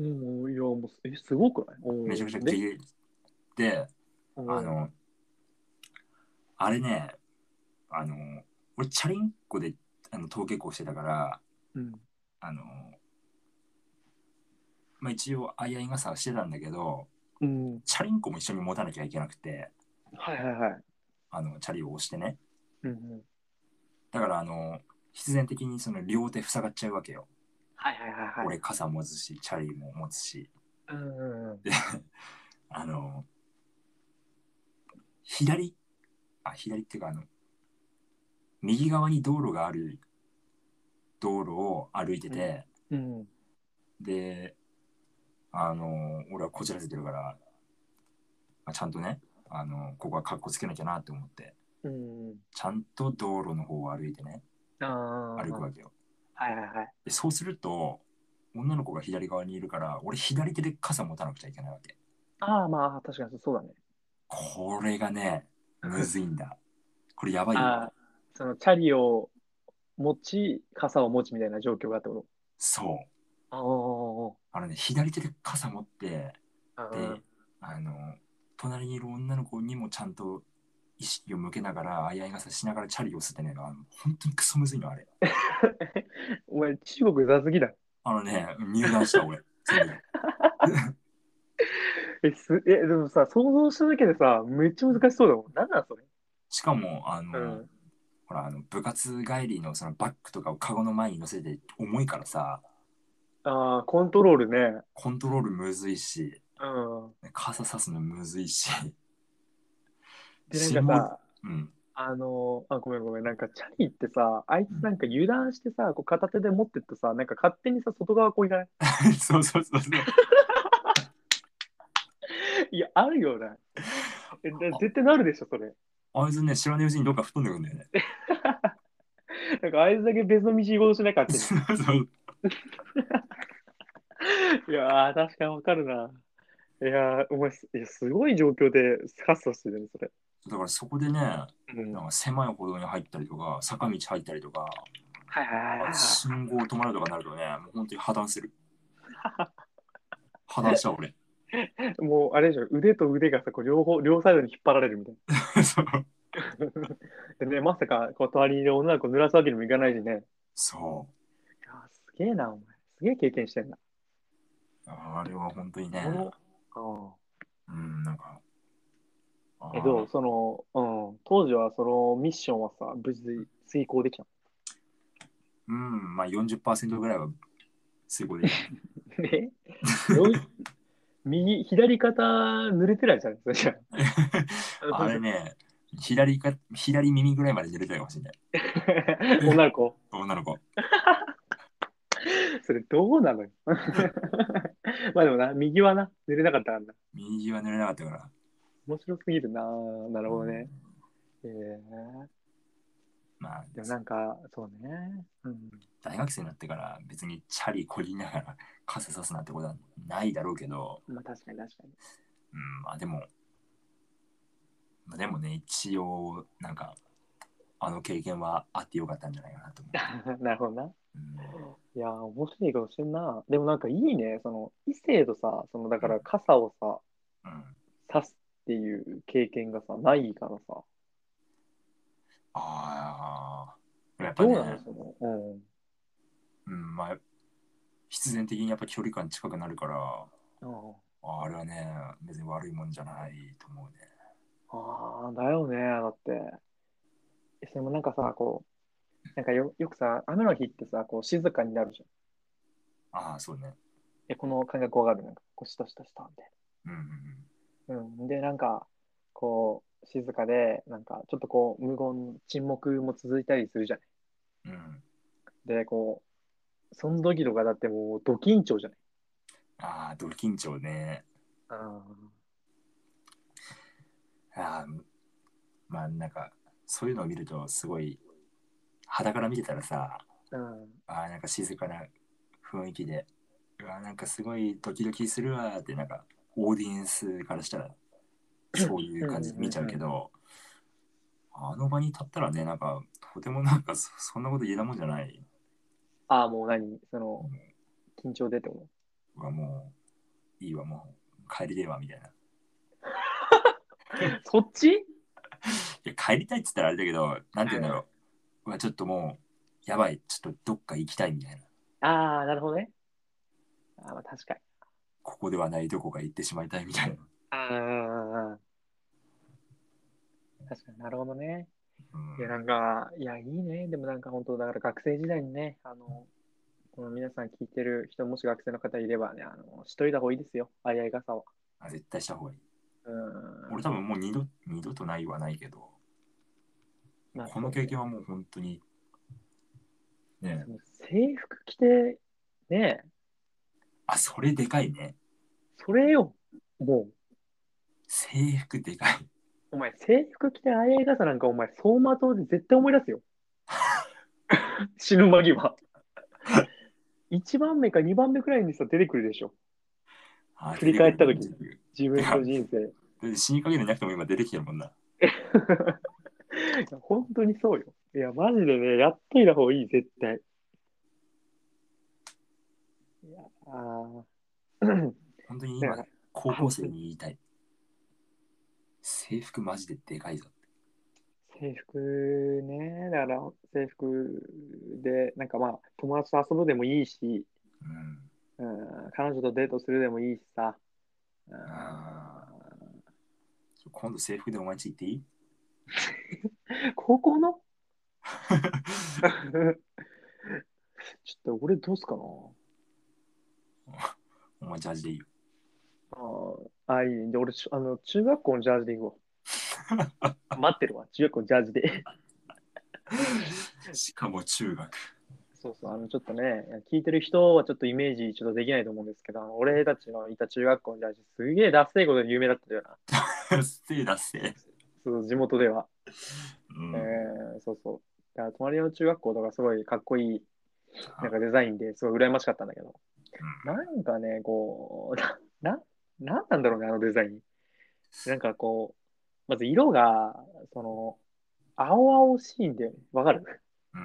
いや、もう、え、すごくないめちゃくうん、で、 ちゃ激レアで、 うん、 あの、あれね、あの、俺、チャリンコであの登下校してたから、 うん、 あの、まあ、一応、相合い傘はしてたんだけど、 うん、 チャリンコも一緒に持たなきゃいけなくて、 はいはいはい。 あの、チャリを押してね。 うん、うん、 だから、あの、必然的にその両手塞がっちゃうわけよ。 はいはいはいはい。 俺、傘持つし、チャリも持つし。 うん、うん、 で、あの、左、あ、左っていうか、あの、右側に道路がある道路を歩いてうん、 て、 うん、 で、あの、俺はこじらせてるから、まあ、ちゃんとね、あの、ここは格好つけなきゃなって思って、 うん、 ちゃんと道路の方を歩いてね、 ああ、は歩くわけよ。 いはいはい。 で、そうすると、女の子が左側にいるから、俺左手で傘持たなくちゃいけないわけ。 ああ、まあ、確かにそうだね。 これがね、むずいんだ。これやばいよ。 ああ、そのチャリを持ち、傘を持ちみたいな状況があってこそう。 と。ああのね、左手で傘持って、 あ、あで、あの、隣にいる女の子にもちゃんと意識を向けながら、あいあい傘しながらチャリを押すってね、あの本当にクソむずいの、あれ。 あ。お前、中国雑すぎだ。 あのね、入団した、俺。その時。 え、す、え、でもさ、想像しただけでさ、めっちゃ難しそうだもん。なんなんそれ。 しかも、あの、 うん。 ほら、あの部活帰りのそのバッグとかをカゴの前に乗せて重いからさ、 ああ、コントロールね。 コントロールむずいし、 うん。 傘さすのむずいし、 で、なんしも、 かさ、 うん。 あのーあ、ごめんごめん。なんか、チャリってさ、あいうん、 つなんか油断してさ、こう片手で持ってってさ、なんか勝手にさ、外側こういかない。 そうそうそうそう。 いや、あるよな。え、だあ、 絶対なるでしょ、それ。 あいつね、知らねえうちにどっか吹っ飛んでくるんだよね。 なんかあいつだけ別の道行こうとしなかったね。 そういやー、確かにわかるな。いやー、お前す、いやすごい状況でハッサしてるね、それ。 だからそこでね、 うん。 なんか狭い歩道に入ったりとか、坂道入ったりとか、 はいはいはいは信号止まるとかなるとね、もう本当に破綻する。破綻した俺。 い。もう、あれでしょ、腕と腕がさ、こう両方、両サイドに引っ張られるみたいそう。 な。でね、まさか、こう、隣にいる女の子濡らすわけにもいかないしね。 そいやー、すげえな、お前。すげえ経験してんだ。 う。あれは本当にね、 この、あうん、なんか、 ーえ、どあうその、うん、当時はそのミッションはさ、無事遂行できたうん、まあよんじゅっパーセントぐらいは成功できた。 の？えよい右、左肩濡れてないじゃん、それじゃあれね、左か、左耳ぐらいまで出れたかもしれない。 あ。女の子。 女の子。 それどうなのよ。まあでもな、右はな、濡れなかったからな。 右は濡れなかったから。 面白すぎるな。なるうん、 ほどね。えー、 まあ、 でもなんか、そうね。うん。 大学生になってから別にチャリこりながら傘さすなんてことはないだろうけど、 まあ確かに確かに。 うん、まあでも、まあ、でもね、一応、なんか、あの経験はあってよかったんじゃないかなと思ってる。 なるほどな。 うん、 いやー、面白いことしてんな。でもなんかいいね。その、異性とさ、その、だうん、 から傘をさ、 うん。 差すっていう経験がさ、ないからさ。 ああ、やっぱどうなのね、 その、うん。 うん、まあ、必然的にやっぱ距離感近くなるから、 ああれはね、別に悪いもんじゃないと思うね。 あー、だよね。だって。えそれもなんかさ、こう、なんかよ、よくさ、雨の日ってさ、こう、静かになるじゃん。 ああ、そうね。 え、この感覚わかるなんか、こう、したしたしたみたいうんうんな。うん。で、なんか、こう、静かで、なんか、ちょっとこう、無言、沈黙も続いたりするじゃない。 うん。うん。 で、こう、その時とかだってもう、ド緊張じゃない。 ああ、ド緊張ね。 あああ、まあなんか、そういうのを見るとすごい、肌から見てたらさ、 あ、うん。 ああ、なんか静かな雰囲気で、うわ、なんかすごいドキドキするわーって、なんか、オーディエンスからしたら、そういううん感じで見ちゃううんうんけど、あの場に立ったらね、なんか、とてもなんかそ、そんなこと言えたもんじゃない。 ああ、もう何その、 うん、 緊張でってこうわ、もう、いいわ、もう、帰りでえわ、みたいな。いとそっちや、帰りたいっつったらあれだけど、なんて言うんだうんろう。うわ、ちょっともう、やばい、ちょっとどっか行きたいみたいな。 ああ、なるほどね。ああ、まあ確かに。 ここではないどこか行ってしまいたいみたいな。 ああ、確かになるほどね。 うん、 いや、なんか、いや、いいね。でもなんか本当、だから学生時代にね、あの、この皆さん聞いてる人、もし学生の方いればね、あの、しといた方がいいですよ。あいあい傘は。 あ、絶対した方がいい。 うーん。 俺多分もう二度、二度とないはないけど、 まあこのそうね。 経験はもう本当にね、 その制服着て、ね、 あ、それでかいね。 それよ。もう、 制服でかい。 お前、制服着てあいあい傘なんか、お前、走馬灯で絶対思い出すよ。死ぬ間際。いちばんめかにばんめくらいにさ、出てくるでしょ。 あ、 振り出てくるね。 返った時に。 出てくる。 自分てか、 の人生。 死にかけてなくても今出てきてるもんな。 本当にそうよ。いや、マジでね、やっといた方がいい、絶対。いや、あー本当に今、 だから、 高校生あに言いたい。制服マジででかいぞ。 制服ね、だから制服で、なんかまあ、友達と遊ぶでもいいし、 うん。 うん、彼女とデートするでもいいしさ、うん、 ああ。今度制服でお前んち行っていい？ 高校のちょっと俺どうすかな。 お前ジャージでいいよ。 あーあ、いいね。で、俺、あの、中学校のジャージで行くわ。待ってるわ、中学校のジャージで。 しかも中学。 そうそう、あの、ちょっとね、聞いてる人はちょっとイメージちょっとできないと思うんですけど、あの俺たちのいた中学校のジャージ、すげえダッセーことで有名だったよな。 せいだせ。 そう地元では。 うん、 えー、そうそう。だから隣の中学校とかすごいかっこいいなんかデザインですごい羨ましかったんだけど、なんかね、こう、な、な、なんなんだろうね、あのデザイン。なんかこう、まず色が、その、青々しいんだよね。わかる？ うん、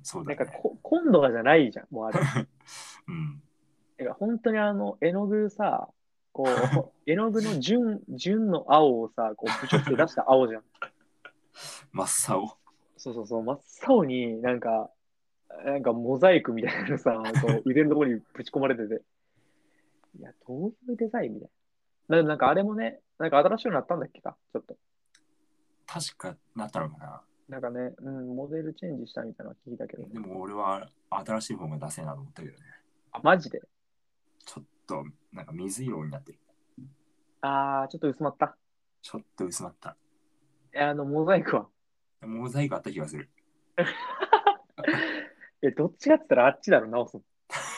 そうなんだね。 かこ、今度がじゃないじゃん、もうあれ。 うん。 てか本当にあの、絵の具さ、こう、絵の具の純、純の青をさ、こう、ブチョって出した青じゃん。 真っ青。 そうそうそう、真っ青になんか、なんかモザイクみたいなのさ、こう、腕のところにぶち込まれてて、いや、どういうデザインみたいな。ななんかあれもね、なんか新しいのなったんだっけか、ちょっと。 確かなったのかな。 なんかね、うん、モデルチェンジしたみたいなの聞いたけど。 でも俺は新しい方が出せえなと思ったけどね。 あ、マジで。 ちょっとなんか水色になってる。 あー、ちょっと薄まった。 ちょっと薄まった。 え、あの、モザイクは。 モザイクあった気がする。 え、どっちかって言ったらあっちだろ、直すの。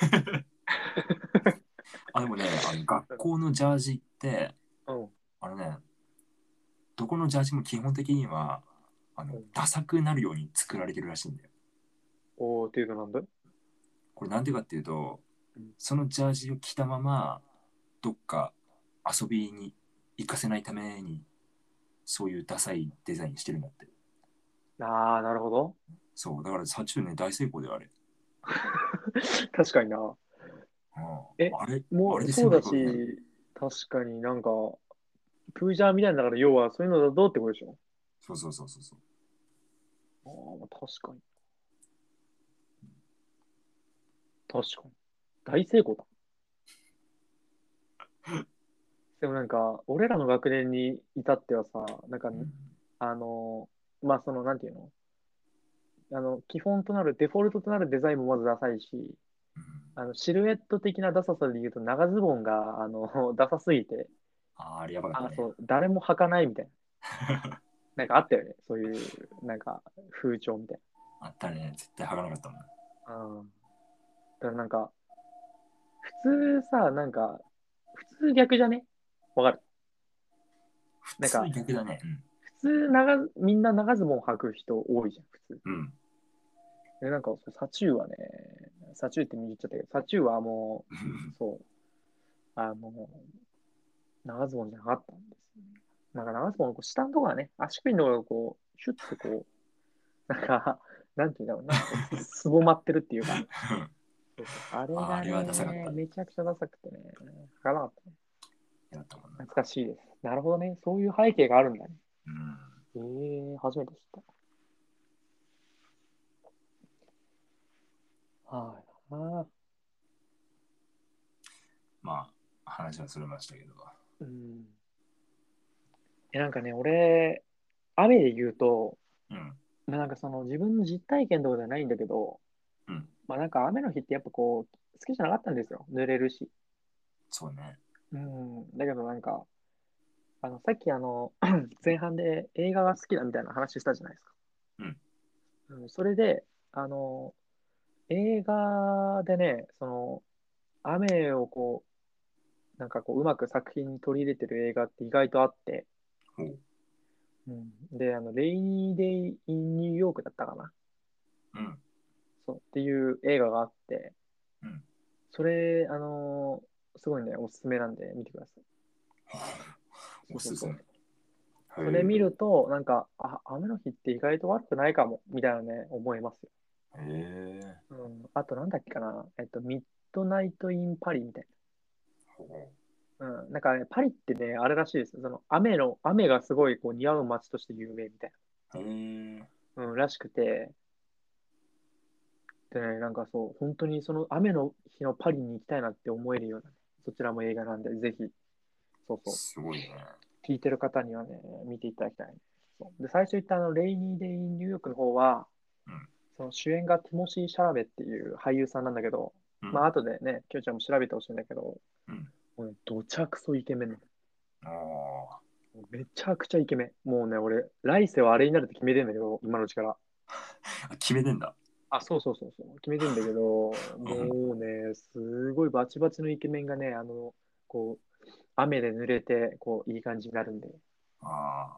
あ、でもね、あの学校のジャージって、 うん。 あのね、どこのジャージも基本的には、あの、 うん、 ダサくなるように作られてるらしいんだよ。 おー、っていうとなんだ？ これなんでかっていうと、 うん、 そのジャージを着たまま、どっか遊びに行かせないために、そういうダサいデザインしてるんだって。 あー、なるほど。 そう、だからサチューね、大成功であれ。 確かにな。え、 うん、あれ、あれもう、 で1000 そうだ万いくわけない。 し、確かになんか、プージャーみたいなだから、要はそういうのだとってことでしょ？ そうそうそうそうそう。 ああ、確かに。確かに。大成功だ。でもなんか、俺らの学年に至ってはさ、なんか、 うん。 あの、まあ、その、なんていうのあの、基本となる、デフォルトとなるデザインもまずダサいし、 うん、 あの、シルエット的なダサさで言うと、長ズボンが、あの、ダサすぎて、 ああ、あれやばかったあ、 ね。 そう、誰も履かないみたいな。なんかあったよね。そういう、なんか、風潮みたいあったね。絶対剥がなかったもん。 な。うん。だからなんか、普通さ、なんか、普通逆じゃね？わかる？ 普通なんか、 逆だね。 普通長、みんな長ズボン履く人多いじゃん、普通。 うん。うん。 で、なんか、そうサチューはね、サチューって言っちゃったけど、サチューはもう、そう、あの、長ズボンじゃなかったんですよね。なんか長ズボンのこう下のところがね、足首のところがこう、シュッてこう、なんか、なんていうんだろうな、こうすぼまってるっていうか、そうそうあれがああれはダサかっね、 た。 めちゃくちゃダサくてね、履かなかったね。 やったもんな。 懐かしいです。なるほどね、そういう背景があるんだね。 うん。 ええー、初めて知った。はい。ああ、 まあ、話はそれましたけど。 うん。え、なんかね、俺、雨で言うと、 うん。 まあ、なんかその自分の実体験とかじゃないんだけど、 うん。 まあなんか雨の日ってやっぱこう、好きじゃなかったんですよ。濡れるし。 そうね。 うん。だけどなんか、あの、さっきあの、前半で映画が好きだみたいな話したじゃないですか。 うん。 うん、それで、あの、映画でね、その、雨をこう、なんかこう、うまく作品に取り入れてる映画って意外とあって、 ほう。 うん。で、あの、レイニーデイ・イン・ニューヨークだったかな。 うん。 そう、っていう映画があって、 うん。 それ、あのすごいね、おすすめなんで見てください。そうそうそう。 おすすめ。へそれ見え。 ると、なんか、あ、雨の日って意外と悪くないかも、みたいなね、思いますよ。 へえ。 うん。あと、なんだっけかな。えっと、ミッドナイト・イン・パリみたいほう。 な。うん。なんかね、パリってね、あれらしいですよ。その、雨の、雨がすごいこう似合う街として有名みたいへえ。 な。うん、らしくて、でね、なんかそう、本当にその雨の日のパリに行きたいなって思えるようなね、そちらも映画なんで、ぜひ、そうそう、 すごいね。 聞いてる方にはね、見ていただきたい。そうで、最初言ったあの、レイニーデイ・ン・ニューヨークの方は、 うん。 その主演がティモシー・シャラベっていう俳優さんなんだけど、 うん。 まあ、後でね、きょうちゃんも調べてほしいんだけど、 うん。 もうね、どちゃくそイケメンなの。 ああ。 もうめちゃくちゃイケメン。もうね、俺、来世はあれになるって決めてんだけど、今のうちから。 あ、決めてんだ。 あ、そうそうそうそう、決めてんだけど、 うん。 もうね、すごいバチバチのイケメンがね、あの、こう、雨で濡れて、こう、いい感じになるんで、 ああ。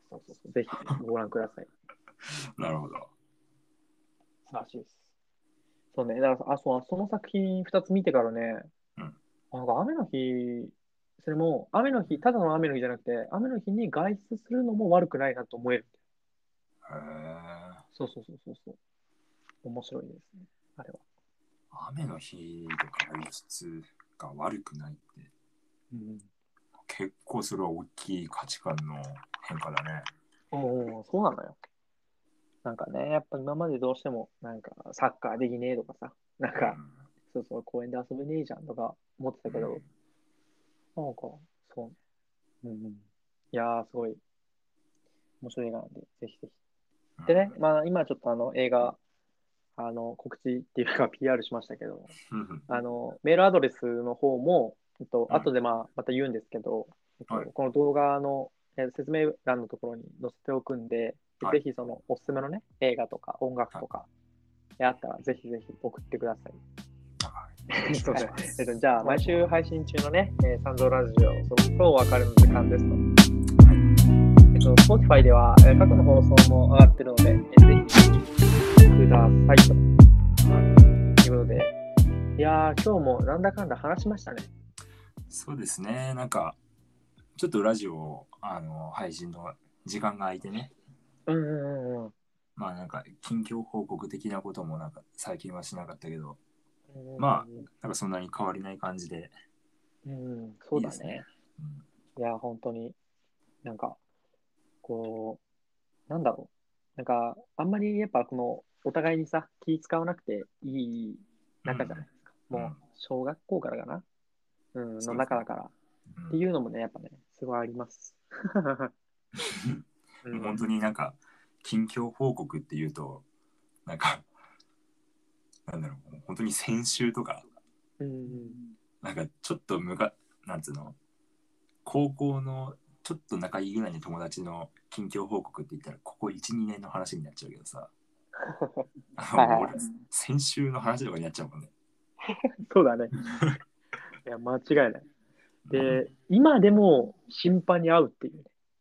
そうそうそう。ぜひご覧ください。 なるほど。 素晴らしいです。そうね。だからあそうその作品ふたつ見てからね、 うん、 なんか雨の日、それも雨の日、ただの雨の日じゃなくて、雨の日に外出するのも悪くないなと思える。 へえ。 そうそうそうそうそう。面白いですね、あれは。 雨の日とか外出が悪くないって、 うん、 結構それは大きい価値観の変化だね。 おお、そうなのよ。なんかね、やっぱ今までどうしても、なんかサッカーできねえとかさ、なんうん、 か、そうそう、公園で遊べねえじゃんとか思ってたけど、なんか、そうね。うんうん。いやー、すごい面白い映画なんで、ぜひぜひ。 うん、 でね、まあ今ちょっとあの映画、あの告知っていうか ピーアール しましたけど、 うん、 あのメールアドレスの方も、えっと、 うん、 後でまあまた言うんですけど、えっと、 はい、 この動画のえー説明欄のところに載せておくんで、ではい、 ぜひそのおすすめのね、映画とか音楽はい、 とか、あったらぜひぜひ送ってください。 はい、よろしくおそうね。 願いします。 えっと、じゃあ、毎週配信中のね、えー、サンドラジオ、そろそろお別れの時間ですと。 はい、 えっと、Spotify では、えー過去の放送も上がってるので、えーぜひくださいと。 はい。 ということで、いやー、今日もなんだかんだ話しましたね。 そうですね。なんか、ちょっとラジオ、あの、配信の時間が空いてね。 うんうんうんうん。 まあなんか、近況報告的なこともなんか最近はしなかったけど、 うんまあ、なんかそんなに変わりない感じで、 うんうん、そいいですね。 うだね。いやー、本当に、なんか、こう、なんだろう。なんか、あんまりやっぱこの、お互いにさ、気使わなくていいうん、 仲じゃないですか。 うん、うん、 もう、小学校からかな。うん、のそうですね。 中だから。ってうん。 いうのもね、やっぱね、すごいあります。うもう本ん。 当になんか、近況報告っていうと、なんか、なんだろう、本当に先週とか、 うん。 なんかちょっとむか、なんつうの、高校のちょっと仲いいぐらいの友達の近況報告って言ったら、ここいち、にねんの話になっちゃうけどさ、あの俺、 はいはいはい。 先週の話とかになっちゃうもんね。 そうだね。いや、間違いない。 うん、 で、今でも頻繁に会うっていうね。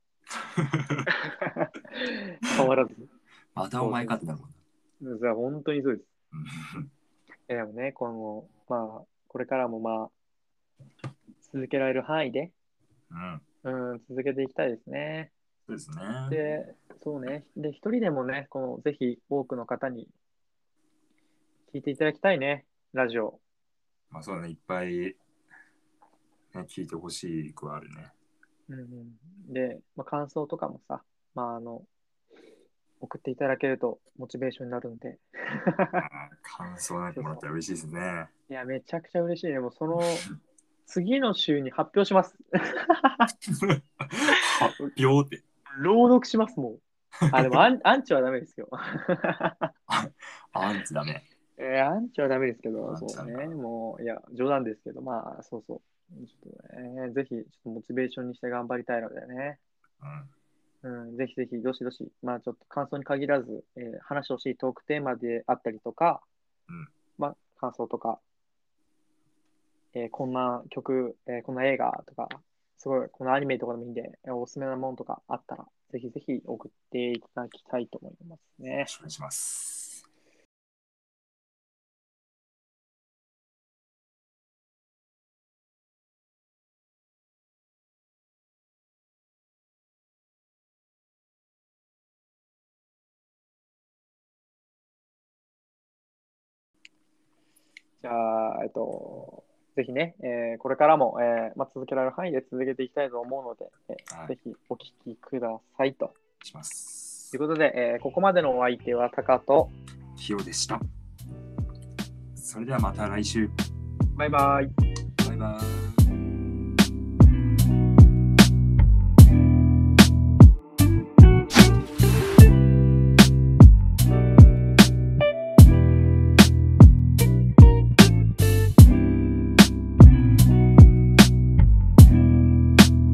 変わらず。 またおそうそう前かってなるもんそう。じゃあ本当にそうです。 な。 えでもね、この、まあ、これからもまあ、続けられる範囲で、 うん、 うん、続けていきたいですね。 そうですね。 で、そうね。で、一人でもね、この、ぜひ多くの方に聞いていただきたいね、ラジオ。 まあそうだね、いっぱい、ね、聞いてほしい句はあるね。 うんうん、で、まあ、感想とかもさ、まあ、あの、送っていただけるとモチベーションになるんで。 あー感想なんかもらったら嬉しいですね。 いや、めちゃくちゃ嬉しいね。もうその次の週に発表します。 発表って。 朗読します、もう。あ、でもアン、アンチはダメですよ。 アンチだね。 えーアンチはダメですけど、 アンチなんだ。 そうね。もう、いや、冗談ですけど、まあ、そうそう。ちょっとね、ぜひ、ちょっとモチベーションにして頑張りたいのでね。 うん。 うん、ぜひぜひ、どしどし、まあ、ちょっと感想に限らず、えー話してほしいトークテーマであったりとか、 うん。 まあ、感想とか、えーこんな曲、えーこんな映画とか、すごい、このアニメとかでもいいんで、えーおすすめなものとかあったら、ぜひぜひ送っていただきたいと思いますね。 よろしくお願いします。 じゃあ、えっと、ぜひね、えーこれからも、えーまあ、続けられる範囲で続けていきたいと思うので、えーはい。 ぜひお聞きくださいと。 します。 ということで、えーここまでのお相手はタカと、 ひよでした。それではまた来週。 バイバイ。 バイバイ。